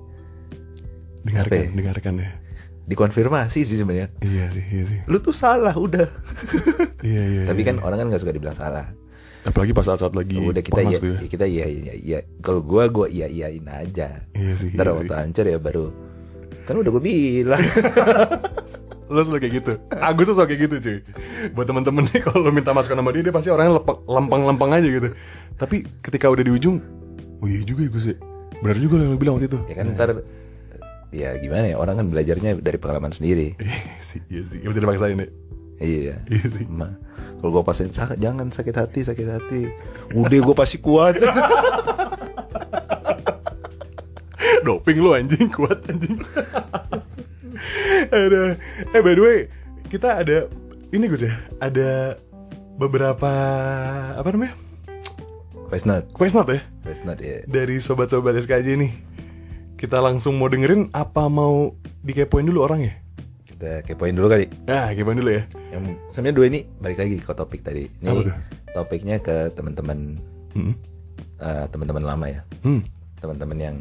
dengarkan ya. Dikonfirmasi sih sebenarnya. Iya sih. Lu tuh salah udah. Iya. Tapi kan orang kan nggak suka dibilang salah. Apalagi pas saat-saat lagi udah kita iya. Kalau gue iyain aja. Iya sih. Ntar waktu hancur ya baru Kan udah gue bilang. Lo selalu kayak gitu. Agus tuh selalu kayak gitu cuy. Buat temen-temen nih kalau lo minta masukan sama dia pasti orangnya lempeng-lempeng aja gitu. Tapi ketika udah di ujung, oh iya juga ya Gus ya. Benar juga lo yang bilang waktu itu. Ya kan ntar, ya gimana ya, orang kan belajarnya dari pengalaman sendiri. Iya sih, gak bisa dipaksain ya. Iya sih. Kalau gue pasin, jangan sakit hati. Udah gue pasti kuat. Doping lu anjing, kuat anjing. Aduh. By the way, kita ada ini Gus ya, ada beberapa apa namanya? Voice note ya. ya. Dari sobat-sobat SKJ nih. Kita langsung mau dengerin apa mau dikepoin dulu orang ya? Kita kepoin dulu kali. Nah, kepoin dulu ya. Yang sebenarnya 2 ini balik lagi ke topik tadi. Ini topiknya ke teman-teman teman-teman lama ya. Teman-teman yang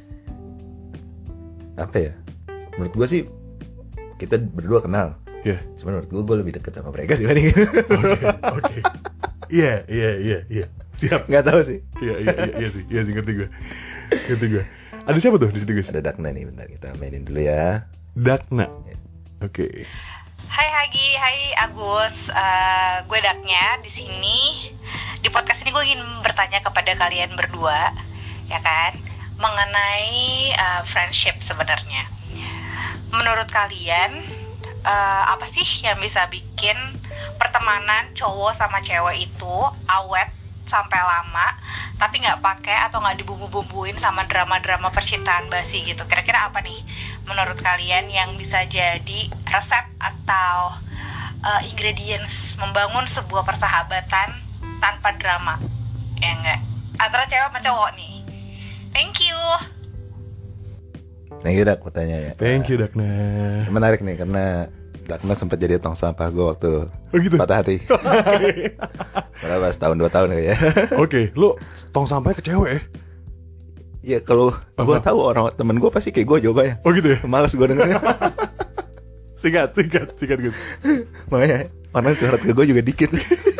apa ya? Menurut gue sih kita berdua kenal. Iya. Cuman menurut gue lebih dekat sama mereka dibanding. Oke. Iya. Siap. Nggak tahu sih. Iya sih, ngerti gue. Ada siapa tuh di situ guys? Ada Dakna nih, bentar kita mainin dulu ya. Dakna. Oke. Hai Hagi, hai Agus. Gue Daknya di sini. Di podcast ini gue ingin bertanya kepada kalian berdua, ya kan, mengenai friendship sebenarnya. Menurut kalian apa sih yang bisa bikin pertemanan cowok sama cewek itu awet sampai lama, tapi nggak pakai atau nggak dibumbu-bumbuin sama drama-drama percintaan basi gitu? Kira-kira apa nih menurut kalian yang bisa jadi resep atau ingredients membangun sebuah persahabatan tanpa drama, ya nggak? Antara cewek sama cowok nih. Thank you. Thank you Dak, pertanya ya. Thank you Dakna. Menarik nih karena Dakna sempat jadi tong sampah gue waktu gitu? patah hati. Berapa, setahun 2 tahun kayaknya. Oke, lo tong sampahnya ke cewek ya? Ya kalau gue tahu orang temen gue pasti kayak gue jawabannya. Oh gitu ya? Malas gue dengernya. Singkat Gus. Makanya orang curhat ke gue juga dikit.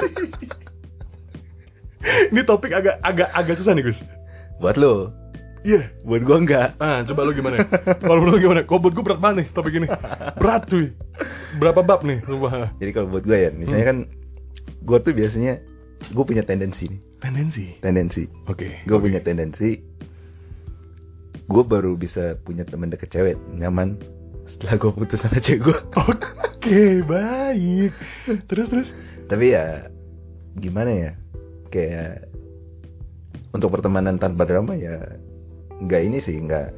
Ini topik agak susah nih Gus. Buat lo. Iya. Buat gue enggak. Coba lu gimana? Kalau menurut lu gimana? Kalau buat gue berat banget nih topik ini. Berat cuy. Berapa bab nih? Coba. Jadi kalau buat gue ya, misalnya kan gue tuh biasanya gue punya tendensi nih. Tendensi. Oke. Gue punya tendensi. Gue baru bisa punya temen deket cewek nyaman setelah gue putus sama cewek gue. Oke, baik. Terus. Tapi ya gimana ya? Kayak untuk pertemanan tanpa drama ya nggak ini sih, nggak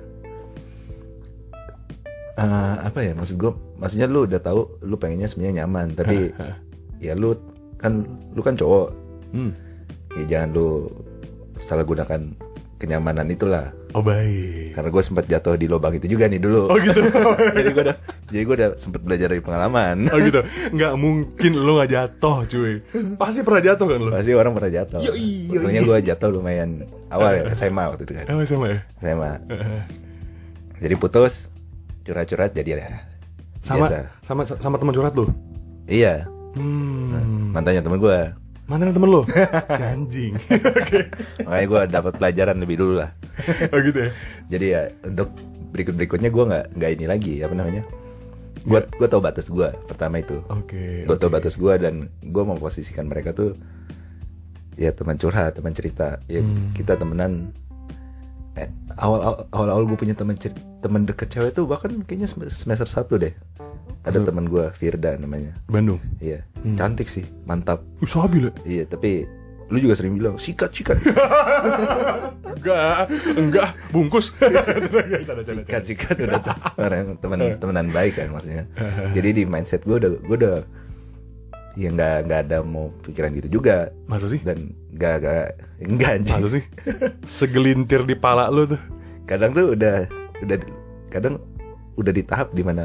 apa ya, maksudnya lu udah tahu lu pengennya sebenarnya nyaman, tapi ya lu kan cowok, ya jangan lu salah gunakan kenyamanan itulah. Oh baik. Karena gue sempat jatuh di lubang itu juga nih dulu. Oh gitu. jadi gue udah sempat belajar dari pengalaman. Oh gitu. Nggak mungkin lu nggak jatuh cuy. Pasti pernah jatuh kan lu? Pasti orang pernah jatuh. Pokoknya gue jatuh lumayan awal ya, SMA waktu itu kan. Oh SMA ya? SMA. Jadi putus, curhat-curhat jadi ya. Sama teman curhat lu? Iya. Mantannya temen gue. Mantan temen lo? Si anjing. Oke. Makanya gue dapat pelajaran lebih dulu lah. Oh gitu ya. Jadi ya untuk berikutnya gue nggak ini lagi, apa namanya? Gue tahu batas gue pertama itu. Oke. Gue tahu batas gue dan gue memposisikan mereka tuh ya teman curhat, teman cerita. Ya kita temenan. Awal gue punya teman deket cewek tuh bahkan kayaknya semester 1 deh. Ada teman gue, Firda namanya. Bandung. Iya. Cantik sih, mantap. Sabi lah. Iya, tapi lu juga sering bilang sikat. Enggak, bungkus. Sikat udah orang temenan baik kan maksudnya. Jadi di mindset gue udah ya nggak ada mau pikiran gitu juga. Masa sih? Dan enggak anjing. Masa sih? Segelintir di pala lu tuh. Kadang tuh udah di tahap dimana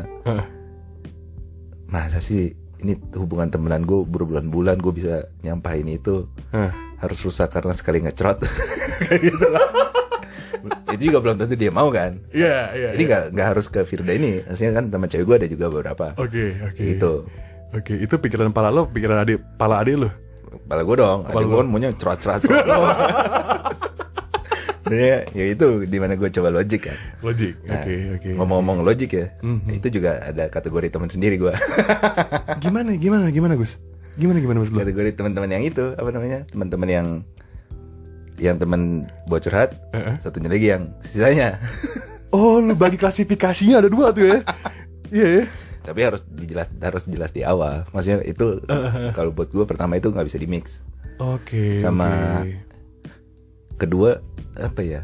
masa sih ini hubungan temenan gue berbulan-bulan gue bisa nyampahin itu harus rusak karena sekali ngecerot. Kayak gitu lah. Itu juga belum tentu dia mau kan. Iya. Jadi nggak harus ke Firda ini. Maksudnya kan teman cewek gue ada juga beberapa. Oke. Gitu. Oke, itu pikiran pala lo, pikiran pala adik lo. Pala gue dong. Adik gue kan maunya cerat. Ya itu dimana gue coba logik kan. Logik. Nah, Oke. Ngomong-ngomong logik ya, Mhm. itu juga ada kategori teman sendiri gue. Gimana Gus? Gimana maksud lu? Kategori teman-teman yang itu apa namanya? Teman-teman yang teman buat curhat, satunya lagi yang sisanya. Oh, lu bagi klasifikasinya ada 2 tuh ya. Iya ya. Tapi harus jelas di awal. Maksudnya itu kalau buat gue pertama itu nggak bisa di mix. Oke. Sama kedua apa ya?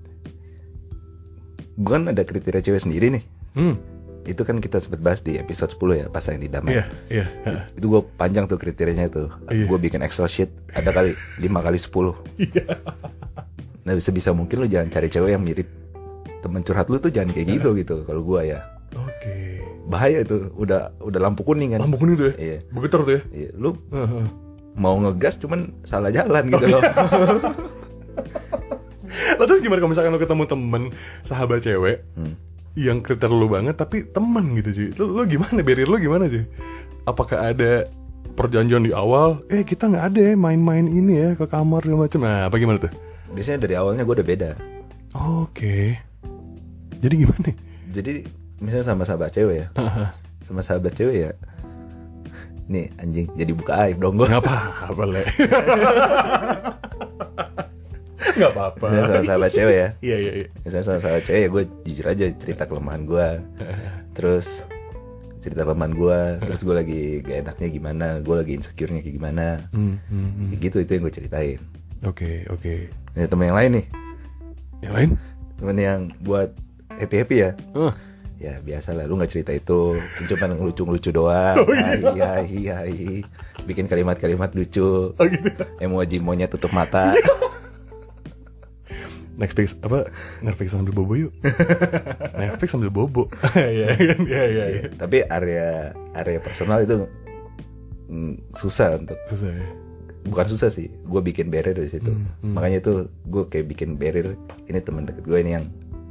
Gue kan ada kriteria cewek sendiri nih. Itu kan kita sempat bahas di episode 10 ya, pas yang di Damai. Iya. Itu gue panjang tuh kriterianya tuh. Iya. Gue bikin Excel sheet ada kali 5 kali 10. Iya. Nah bisa mungkin lu jangan cari cewek yang mirip temen curhat lu tuh, jangan kayak gitu kalau gue ya. Oke. Bahaya itu, udah lampu kuning kan. Lampu kuning tuh ya? Iya. Begitu tuh ya? Iya, lu mau ngegas cuman salah jalan gitu loh. Lalu terus gimana kalau misalkan lo ketemu temen sahabat cewek yang kriteria lo banget tapi temen gitu cuy, lo gimana, barrier lo gimana cuy? Apakah ada perjanjian di awal, kita nggak ada ya main-main ini ya ke kamar dan macam, nah apa gimana tuh? Biasanya dari awalnya gue udah beda. Oke. Jadi gimana? Jadi misalnya sama sahabat cewek ya, sama sahabat cewek ya, nih anjing jadi buka aib dong gue. Nggak apa-apa le. Nggak apa-apa. Misalnya sama sahabat cewek ya. Iya. Misalnya sama sahabat cewek ya, gue jujur aja cerita kelemahan gue. Terus cerita kelemahan gue, terus gue lagi gak enaknya gimana, gue lagi insecure-nya kayak gimana. Kayak gitu, itu yang gue ceritain. Oke. Nah, temen yang lain nih, Yang lain? temen yang buat happy ya. Ya biasa lah, lu gak cerita itu, cuma ngelucu-ngelucu doang. Iya. Bikin kalimat-kalimat lucu. Oh gitu. Emoji monyet tutup mata. Netflix sambil bobo yuk. Netflix sambil bobo. Iya. Tapi area personal itu susah untuk. Susah ya. Bukan susah sih, gue bikin barrier dari situ. Makanya itu gue kayak bikin barrier. Ini teman deket gue ini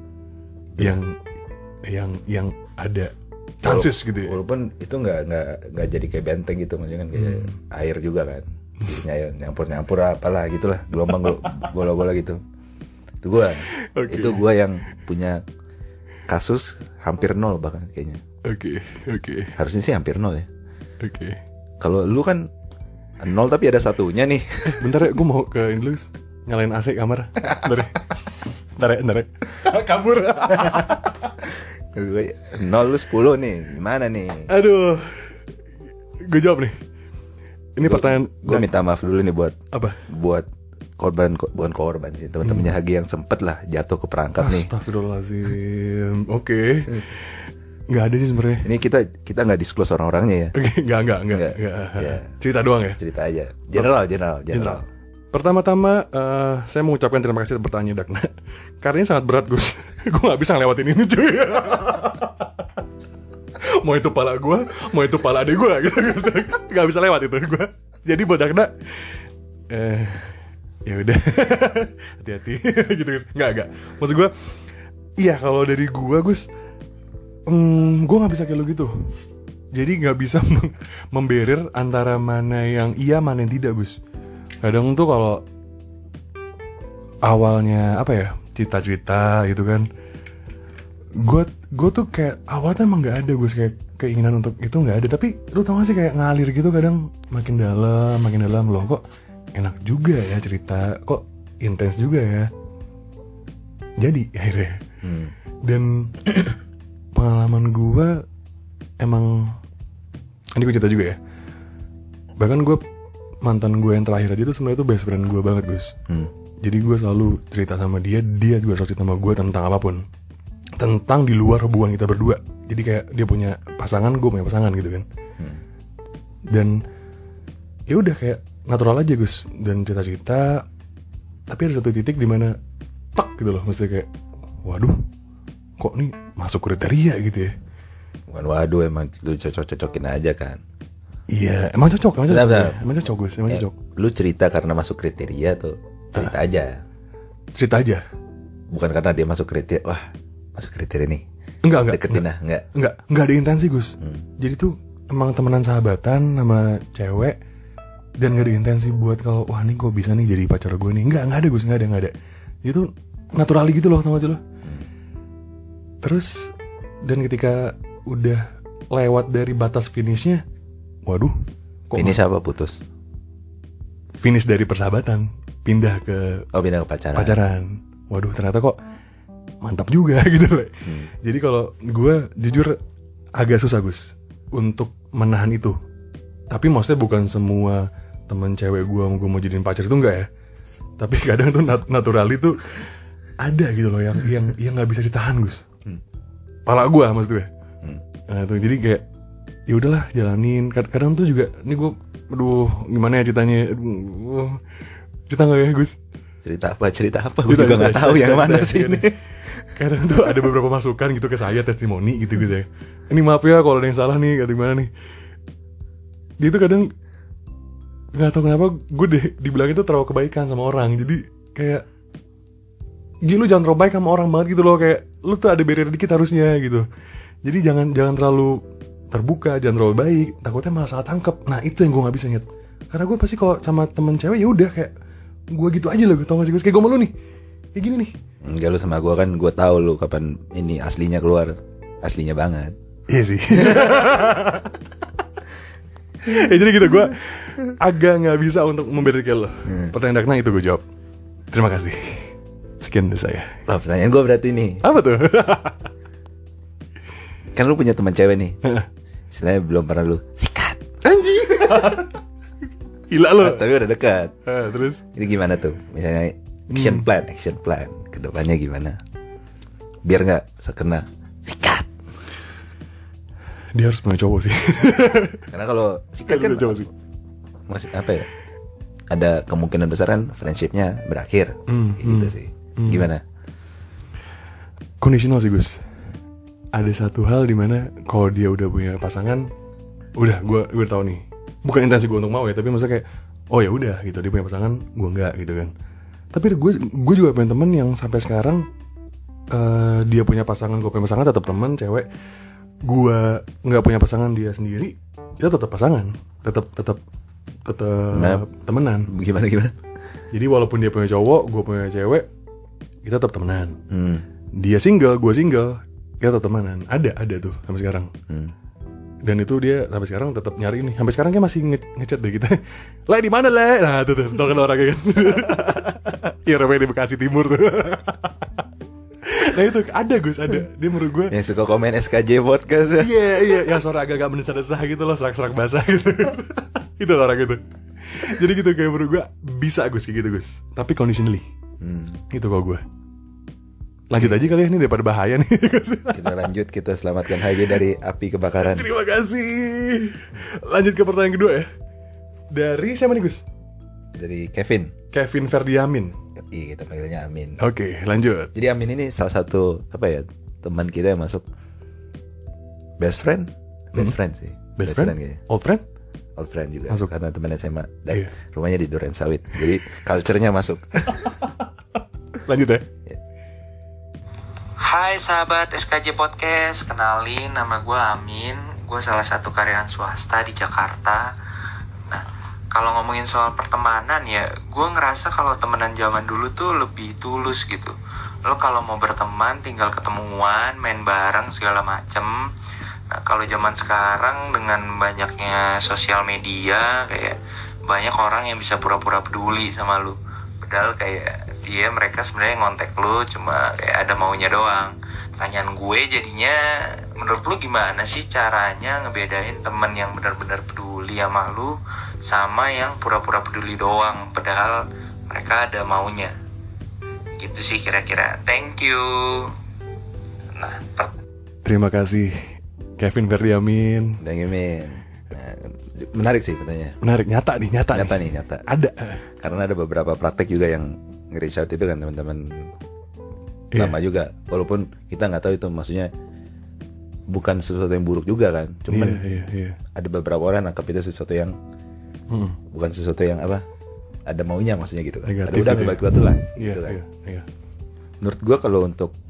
yang ada chances gitu ya. Walaupun itu nggak jadi kayak benteng gitu, maksudnya kan kayak air juga kan. Biasanya air nyampur apalah gitulah, gelombang bola-bola gitu. Itu gue. Okay. Itu gue yang punya kasus hampir 0 bahkan kayaknya. Oke. Harusnya sih hampir 0 ya. Oke. Kalau lu kan 0 tapi ada satunya nih. Bentar ya, gue mau ke ini dulu, nyalain AC kamar. Bentar ya. Kabur. Gue 0 lu 10 nih. Gimana nih? Aduh. Gue jawab nih. Ini pertanyaan. Gue minta maaf dulu nih buat apa? Buat bukan korban sih, teman-temannya Hagi yang sempet lah jatuh ke perangkap nih. Astagfirullahaladzim. Oke. Nggak ada sih sebenarnya. Ini kita nggak disclose orang-orangnya ya. Oke, nggak. Ya. Cerita doang ya. Cerita aja. General. Pertama-tama saya mengucapkan terima kasih atas pertanyaan Dakna. Karena ini sangat berat Gus. Gue nggak bisa ngelewatin ini cuy. Mau itu pala gue, mau itu pala adik gue gitu. Nggak bisa lewat itu gue. Jadi buat Dakna, ya udah, hati-hati gitu Gus. Nggak. Maksud gue, iya kalau dari gue Gus, gue nggak bisa kayak lo gitu. Jadi nggak bisa memberir antara mana yang iya mana yang tidak Gus. Kadang tuh kalau awalnya apa ya, cita-cita gitu kan, gue tuh kayak awalnya emang nggak ada Gus, kayak keinginan untuk itu nggak ada. Tapi lu tau gak sih kayak ngalir gitu, kadang makin dalam loh, kok enak juga ya cerita, kok intens juga ya. Jadi akhirnya dan pengalaman gue emang, ini gue cerita juga ya, bahkan gue mantan gue yang terakhir aja tuh sebenarnya tuh best friend gue banget Gus. Jadi gue selalu cerita sama dia juga selalu cerita sama gue tentang apapun, tentang di luar hubungan kita berdua. Jadi kayak dia punya pasangan, gue punya pasangan gitu kan. Dan ya udah kayak natural aja Gus, dan cerita-cerita. Tapi ada satu titik dimana tak gitu loh, mesti kayak waduh, kok nih masuk kriteria gitu ya. Bukan waduh, emang lu cocok-cocokin aja kan. Iya, emang cocok Gus, emang cocok. Lu cerita karena masuk kriteria tuh, cerita aja. Bukan karena dia masuk kriteria, wah masuk kriteria nih. Enggak. Deketin lah, enggak ada intensi Gus. Jadi tuh emang temenan sahabatan sama cewek, dan gak ada intensi buat kalau wah nih gue bisa nih jadi pacar gue nih. Enggak ada Gus, enggak ada. Itu naturali gitu loh, tau gak sih lo? Terus dan ketika udah lewat dari batas finishnya, waduh, Finish apa putus? finish dari persahabatan pindah ke Pindah ke pacaran. pacaran. Waduh, ternyata kok mantap juga gitu loh. Jadi kalau gue jujur agak susah Gus untuk menahan itu. Tapi maksudnya bukan semua teman cewek gue mau jadiin pacar itu enggak ya. Tapi kadang tuh natural itu ada gitu loh yang nggak bisa ditahan Gus. Pala gue maksud gue. Nah tuh jadi kayak ya udahlah jalanin. Kadang tuh juga ini gue, aduh gimana ya ceritanya? Aduh, cerita nggak ya Gus? Cerita apa? Gue juga nggak tahu yang mana sih ini. Kadang tuh ada beberapa masukan gitu ke saya, testimoni gitu Gus ya. Ini maaf ya kalau ada yang salah nih, kayak gimana nih. Dia tuh kadang nggak tahu kenapa gue dibilang itu terlalu kebaikan sama orang. Jadi kayak lu jangan terlalu baik sama orang banget gitu loh. Kayak lu tuh ada barrier dikit harusnya gitu. Jadi jangan terlalu terbuka, jangan terlalu baik. Takutnya malah salah tangkep. Nah itu yang gue nggak bisa nyet. Karena gue pasti kalau sama temen cewek ya udah kayak gue gitu aja loh. Tau gak sih Gus? Kayak gue sama lu nih. Kayak gini nih. Enggak, lu sama gue kan gue tahu lu kapan ini aslinya keluar. Aslinya banget. Iya sih. Ya jadi gitu, gue agak gak bisa untuk membedakan lo. Pertanyaan Dakna itu gue jawab. Terima kasih. Sekian dari saya. Wah, pertanyaan gue berarti nih. Apa tuh? Kan lu punya teman cewek nih. Istilahnya belum pernah lu sikat. Anjing. Gila lo. Tapi udah dekat. Terus? Ini gimana tuh? Misalnya action plan. Kedepannya gimana? Biar gak sekena sikat. Dia harus punya cowok sih. Karena kalau sikat kan cowok sih. masih apa ya? Ada kemungkinan besar kan friendshipnya berakhir. Gitu sih. Gimana? Conditional sih Gus. Ada satu hal dimana kalau dia udah punya pasangan, udah gue tahu nih. Bukan intensi gue untuk mau ya, tapi maksudnya kayak oh ya udah gitu, dia punya pasangan, gue enggak gitu kan. Tapi gue juga punya temen yang sampai sekarang dia punya pasangan, gue punya pasangan, tetap teman cewek. Gue nggak punya pasangan, dia sendiri, kita tetap pasangan, tetap temenan. Gimana? Jadi walaupun dia punya cowok, gue punya cewek, kita tetap temenan. Dia single, gue single, kita tetap temenan. Ada tuh sampai sekarang. Dan itu dia sampai sekarang tetap nyari nih. Sampai sekarang dia masih ngechat deh kita. Lah di mana lah? Nah tuh tau kan orangnya kan. Iya namanya di Bekasi Timur tuh. Nah itu ada Gus, ada. Dia menurut gue yang suka komen SKJ podcast. Iya, yang suara agak-agak mendesah-desah gitu loh, serak-serak basah gitu. Itu orang gitu. Jadi gitu kayak menurut gue bisa Gus kayak gitu Gus. Tapi conditionally. Itu kalau gue. Lanjut aja kali ya, ini daripada bahaya nih. Kita lanjut, kita selamatkan HG dari api kebakaran. Terima kasih. Lanjut ke pertanyaan kedua ya. Dari siapa nih Gus? Dari Kevin Ferdiamin. Iya, kita panggilnya Amin. Oke, lanjut. Jadi Amin ini salah satu teman kita yang masuk best friend sih. Best friend? kayaknya. Old friend? Old friend juga. Masuk. Karena teman SMA dan Iya. rumahnya di Duren Sawit. Jadi culture-nya masuk. Lanjut ya. Hai sahabat SKJ Podcast, kenalin nama gue Amin. Gue salah satu karyawan swasta di Jakarta. Nah, kalau ngomongin soal pertemanan ya, gue ngerasa kalau temenan zaman dulu tuh lebih tulus gitu. Lo kalau mau berteman tinggal ketemuan, main bareng segala macem. Nah, kalau zaman sekarang dengan banyaknya sosial media, kayak banyak orang yang bisa pura-pura peduli sama lo. Padahal kayak mereka sebenarnya ngontek lu cuma kayak ada maunya doang. Pertanyaan gue jadinya, menurut lu gimana sih caranya ngebedain temen yang benar-benar peduli sama lu sama yang pura-pura peduli doang padahal mereka ada maunya? Gitu sih kira-kira. Thank you. Nah, Terima kasih Kevin Ferdiamin. Thank you, Min. Nah, menarik sih pertanyaannya. Menarik, nyata. Nyata. Ada. Karena ada beberapa praktek juga yang nge-reach out itu kan teman-teman lama juga. Walaupun kita nggak tahu itu maksudnya bukan sesuatu yang buruk juga kan. Cuman Iya. ada beberapa orang nangkap itu sesuatu yang bukan sesuatu yang ada maunya maksudnya gitu kan. Negatif Ada udah gitu balik batu lah Iya, gitu kan. iya. Menurut gue kalau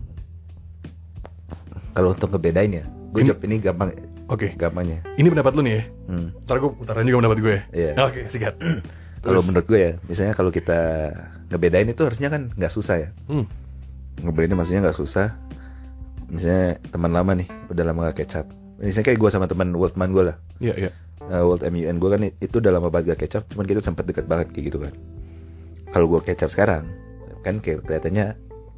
untuk ngebedain ya, gue jawab ini gampang. Oke. Gampangnya. Ini pendapat lu nih ya. Ntar gue putaran juga pendapat gue ya. Iya. Oke, sikat. Kalau menurut gue ya, misalnya kalau kita ngebedain itu harusnya kan nggak susah ya. ngebelainnya maksudnya nggak susah. Misalnya teman lama nih, udah lama gak catch up. Misalnya kayak gue sama teman Worldman gue lah. Iya. World MUN gue kan itu udah lama banget gak catch up, cuman kita sempat deket banget kayak gitu kan. Kalau gue catch up sekarang, kan kayak kelihatannya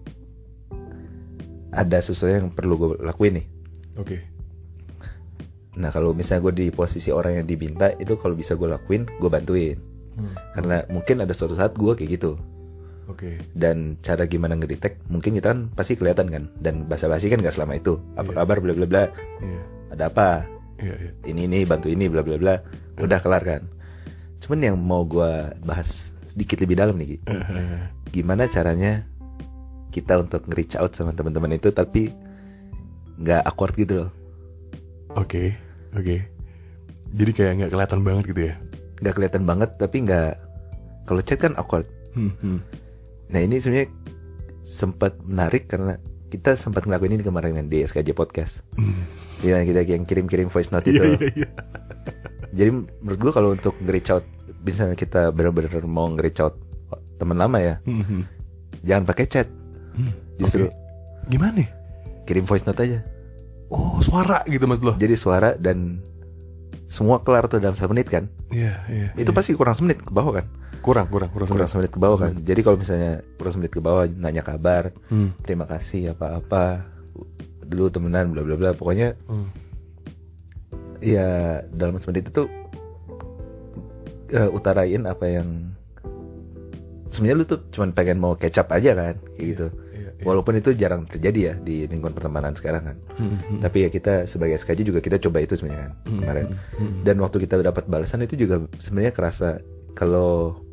ada sesuatu yang perlu gue lakuin nih. Oke. Nah kalau misalnya gue di posisi orang yang diminta, itu kalau bisa gue lakuin, gue bantuin. Karena mungkin ada suatu saat gue kayak gitu. Oke. Dan cara gimana ngedetect, mungkin kita kan pasti kelihatan kan. Dan basa-basi kan gak selama itu. Apa kabar bla bla bla. Ada apa? Ini bantu ini bla bla bla. Udah kelar kan. Cuman yang mau gue bahas sedikit lebih dalam nih, gimana caranya kita untuk nge-reach out sama teman-teman itu tapi nggak awkward gitu loh. Oke. Jadi kayak nggak kelihatan banget gitu ya? Nggak kelihatan banget tapi nggak. Kalau chat kan awkward. Nah ini sebenarnya sempat menarik karena kita sempat ngelakuin ini kemarin kan di SKJ Podcast. Dimana kita yang kirim-kirim voice note itu. Jadi menurut gue kalau untuk nge-reach out, misalnya kita benar-benar mau nge-reach out teman lama ya, jangan pakai chat. Justru gimana? Kirim voice note aja. Oh, suara gitu mas lo? Jadi suara dan semua kelar tuh dalam 1 menit kan? Iya. Itu pasti kurang 1 menit ke bawah kan? Kurang 1 menit ke bawah kan? Jadi kalau misalnya kurang 1 menit ke bawah, nanya kabar, terima kasih apa-apa, dulu temenan bla bla bla, pokoknya ya dalam 1 menit itu utarain apa yang sebenarnya lu tuh cuma pengen mau catch up aja kan, kayak gitu. Walaupun itu jarang terjadi ya di lingkungan pertemanan sekarang kan. Tapi ya kita sebagai SKJ juga kita coba itu sebenarnya kan kemarin. Dan waktu kita dapat balasan itu juga sebenarnya kerasa kalau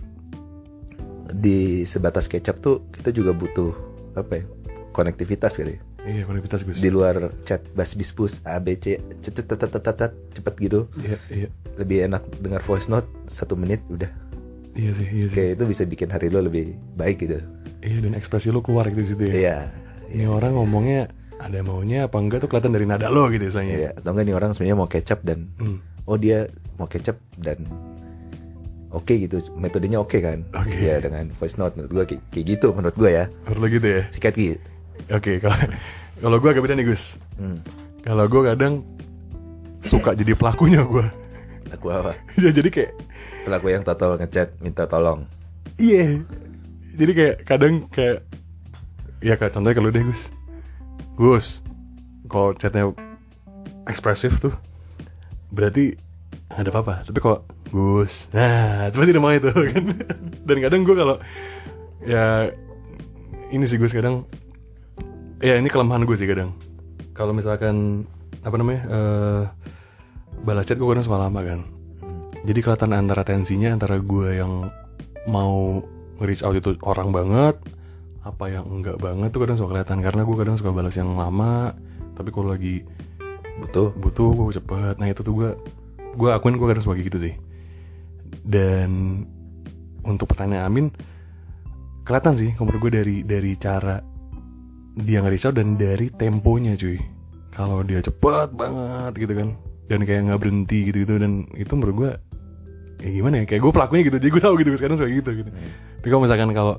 di sebatas kecap tuh kita juga butuh apa ya, konektivitas kali. Iya, konektivitas Gus. Di luar chat bas-bis-bus ABC cepet gitu. Iya. Lebih enak dengar voice note 1 menit udah. Iya sih. Kayak itu bisa bikin hari lo lebih baik gitu. Iya, dan ekspresi lo keluar gitu situ ya. Iya. Ini orang ngomongnya ada maunya apa enggak tuh kelihatan dari nada lo gitu misalnya. Iya, atau enggak nih orang sebenarnya mau catch up dan oh dia mau catch up dan oke gitu, metodenya oke kan. Ya dengan voice note menurut gue kayak gitu menurut gue ya. Menurut lo gitu ya. Sikat gitu. Oke, kalau gue agak beda nih Gus. Kalau gue kadang suka jadi pelakunya gue. Pelaku apa? Ya jadi kayak pelaku yang tato ngechat minta tolong. Iya. Jadi kayak kadang kayak ya kayak contohnya kalau deh Gus, kalau chatnya ekspresif tuh berarti ada apa-apa. Tapi kalau Gus, nah itu pasti udah mau itu kan. Dan kadang gue kalau ya ini sih Gus kadang ya ini kelemahan gue sih kadang. Kalau misalkan apa namanya balas chat gue kadang suka lama kan. Jadi kelihatan antara tensinya antara gue yang mau reach out itu orang banget, apa yang enggak banget tuh kadang suka kelihatan. Karena gue kadang suka balas yang lama, tapi kalau lagi butuh gue cepet. Nah itu tuh gue akuin gue kadang suka gitu sih. Dan untuk pertanyaan Amin, kelihatan sih menurut gue dari cara dia nge-reach out dan dari temponya cuy. Kalau dia cepet banget gitu kan, dan kayak nggak berhenti gitu dan itu menurut gue ya gimana ya, kayak gue pelakunya gitu, jadi gue tahu gitu sekarang suka gitu. Tapi kalau misalkan kalau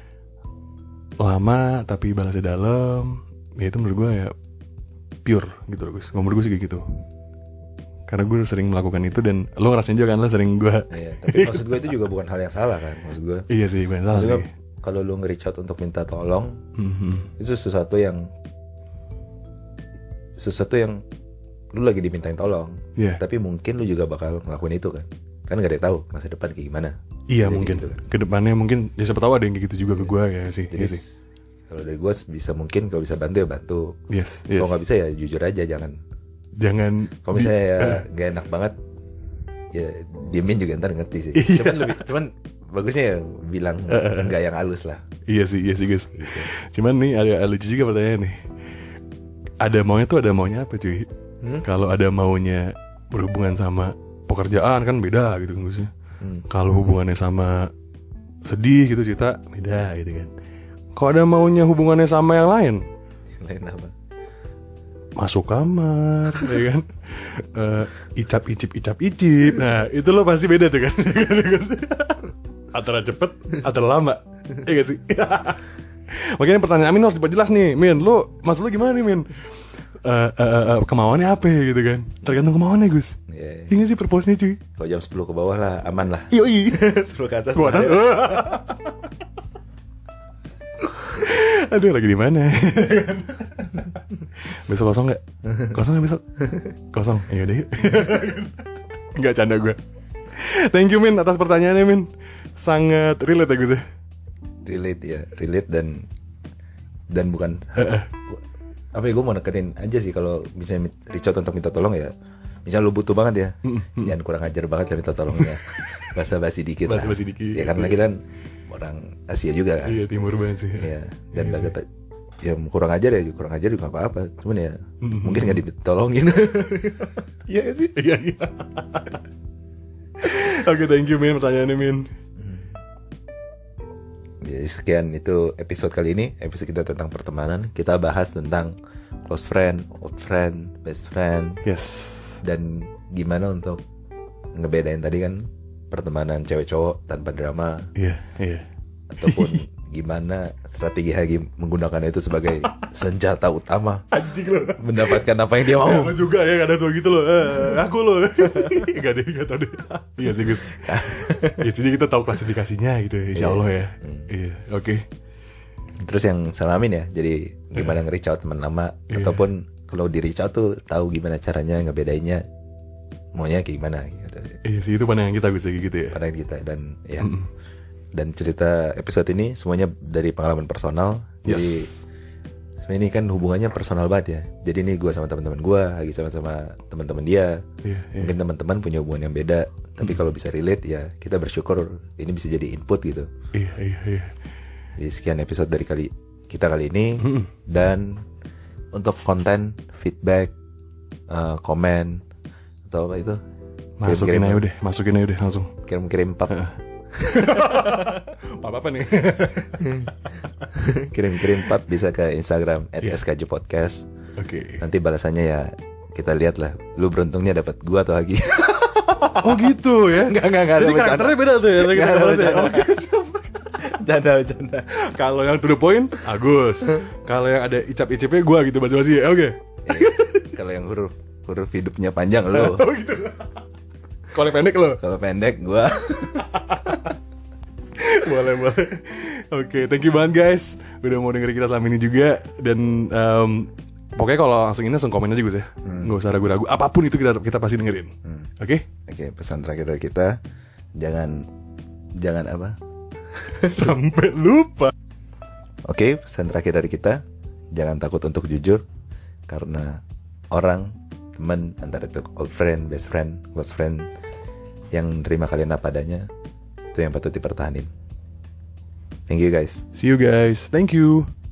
lama tapi balasnya dalam, ya itu menurut gue ya pure gitu loh Gus. Menurut gue sih kayak gitu. Karena gue sering melakukan itu dan lo ngerasain juga kan, lo sering gue. Iya, tapi maksud gue itu juga bukan hal yang salah kan, maksud gue. Iya sih, bukan salah sih. Kalau lo nge-reach out untuk minta tolong, itu sesuatu yang lu lagi dimintain tolong. Tapi mungkin lu juga bakal ngelakuin itu kan gak ada yang tahu masa depan kayak gimana. Iya, mungkin gitu kan. Kedepannya mungkin ya siapa tahu ada yang kayak gitu juga ke gue ya sih. Jadi kalau dari gue bisa, mungkin kalau bisa bantu ya bantu. Yes. Kalau nggak bisa ya jujur aja, jangan. Kalau misalnya ya gak enak banget, ya diemin juga ntar ngerti sih. Cuman bagusnya ya bilang nggak yang halus lah. Iya sih Gus. Gitu. Cuman nih ada lucu juga pertanyaan nih. Ada maunya apa cuy? Kalau ada maunya berhubungan sama pekerjaan kan beda gitu kan Gus. Kalau hubungannya sama sedih gitu cerita beda gitu kan. Kalau ada maunya hubungannya sama yang lain apa? Masuk kamar ya kan. Icap-icip. Nah itu lo pasti beda tuh kan. Antara cepet antara lama. Iya gak sih? Makanya pertanyaan Amin harus diperjelas nih, Min. Lu maksud lu gimana nih, Min? Kemauannya apa ya gitu kan? Tergantung kemauannya, Gus. Iya. Ini sih purpose-nya, cuy. Kalau jam 10 ke bawah lah aman lah. Yoi. 10 ke atas. 10 atas. Aduh, lagi di mana? Besok kosong nggak? Kosong nggak besok? Kosong. Ya udah yuk. Nggak canda gue. Thank you, Min, atas pertanyaannya, Min. Sangat relate ya, Gus ya. Relate dan bukan apa ya, gue mau nekenin aja sih kalau misalnya reach out untuk minta tolong ya. Misalnya lu butuh banget ya, jangan kurang ajar banget ya minta tolongnya. Basa-basi dikit lah. Basa-basi dikit. Ya karena kita kan orang Asia juga kan. Iya, timur banget sih. Iya, dan basa-basi ya kurang ajar juga gak apa-apa. Cuman ya mungkin gak ditolongin. Iya sih. Iya. Oke, thank you, Min, pertanyaannya, Min. Ya, sekian itu episode kali ini. Episode kita tentang pertemanan. Kita bahas tentang close friend, old friend, best friend. Yes. Dan gimana untuk ngebedain tadi kan pertemanan cewek cowok tanpa drama. Iya. Ataupun gimana strategi Hagi menggunakan itu sebagai senjata utama Anjing lo. mendapatkan apa yang dia mau. Kamu juga ya, kadang suka gitu loh. Aku loh. Gak tau deh. Iya sih, Gus. Ya, jadi kita tahu klasifikasinya gitu ya, insya Allah ya. Iya, oke. Terus yang sama Amin ya, jadi gimana nge-reach out teman lama. Ataupun kalau di reach out tuh tahu gimana caranya ngebedainnya maunya kayak gimana gitu. Iya sih, itu pandangan kita, Gus, gitu ya. Pandangan kita dan ya. Dan cerita episode ini semuanya dari pengalaman personal. Jadi sebenarnya ini kan hubungannya personal banget ya. Jadi ini gue sama teman-teman gue, Hagi sama teman-teman dia. Mungkin teman-teman punya hubungan yang beda, tapi kalau bisa relate ya kita bersyukur ini bisa jadi input gitu. Iya. Jadi sekian episode dari kita kali ini. Dan untuk konten, feedback, komen atau apa itu, Masukin aja udah langsung. kirim pap. Apa nih? Kirim pap bisa ke Instagram @skjpodcast. Oke. Nanti balasannya ya kita lihat lah. Lu beruntungnya dapat gua atau Hagi. Oh gitu ya? Enggak Jadi karakternya beda tuh ya? Canda. Kalau yang to the point, Agus. Kalau yang ada icap-icapnya gue gitu, basa-basi ya. Oke. Kalau yang huruf hidupnya panjang lo. Oh gitu. Kalau yang pendek lo. Kalau pendek gua. boleh. Oke, thank you banget guys. Udah mau dengerin kita selama ini juga. Dan pokoknya kalau langsung ini langsung komen aja Gus ya. Nggak usah ragu-ragu. Apapun itu kita pasti dengerin. Oke? Oke, pesan terakhir dari kita, jangan apa? Sampai lupa. Oke, pesan terakhir dari kita, jangan takut untuk jujur. Karena orang, teman, antara itu old friend, best friend, close friend, yang nerima kalian apa adanya, itu yang patut dipertahanin. Thank you guys. See you guys. Thank you.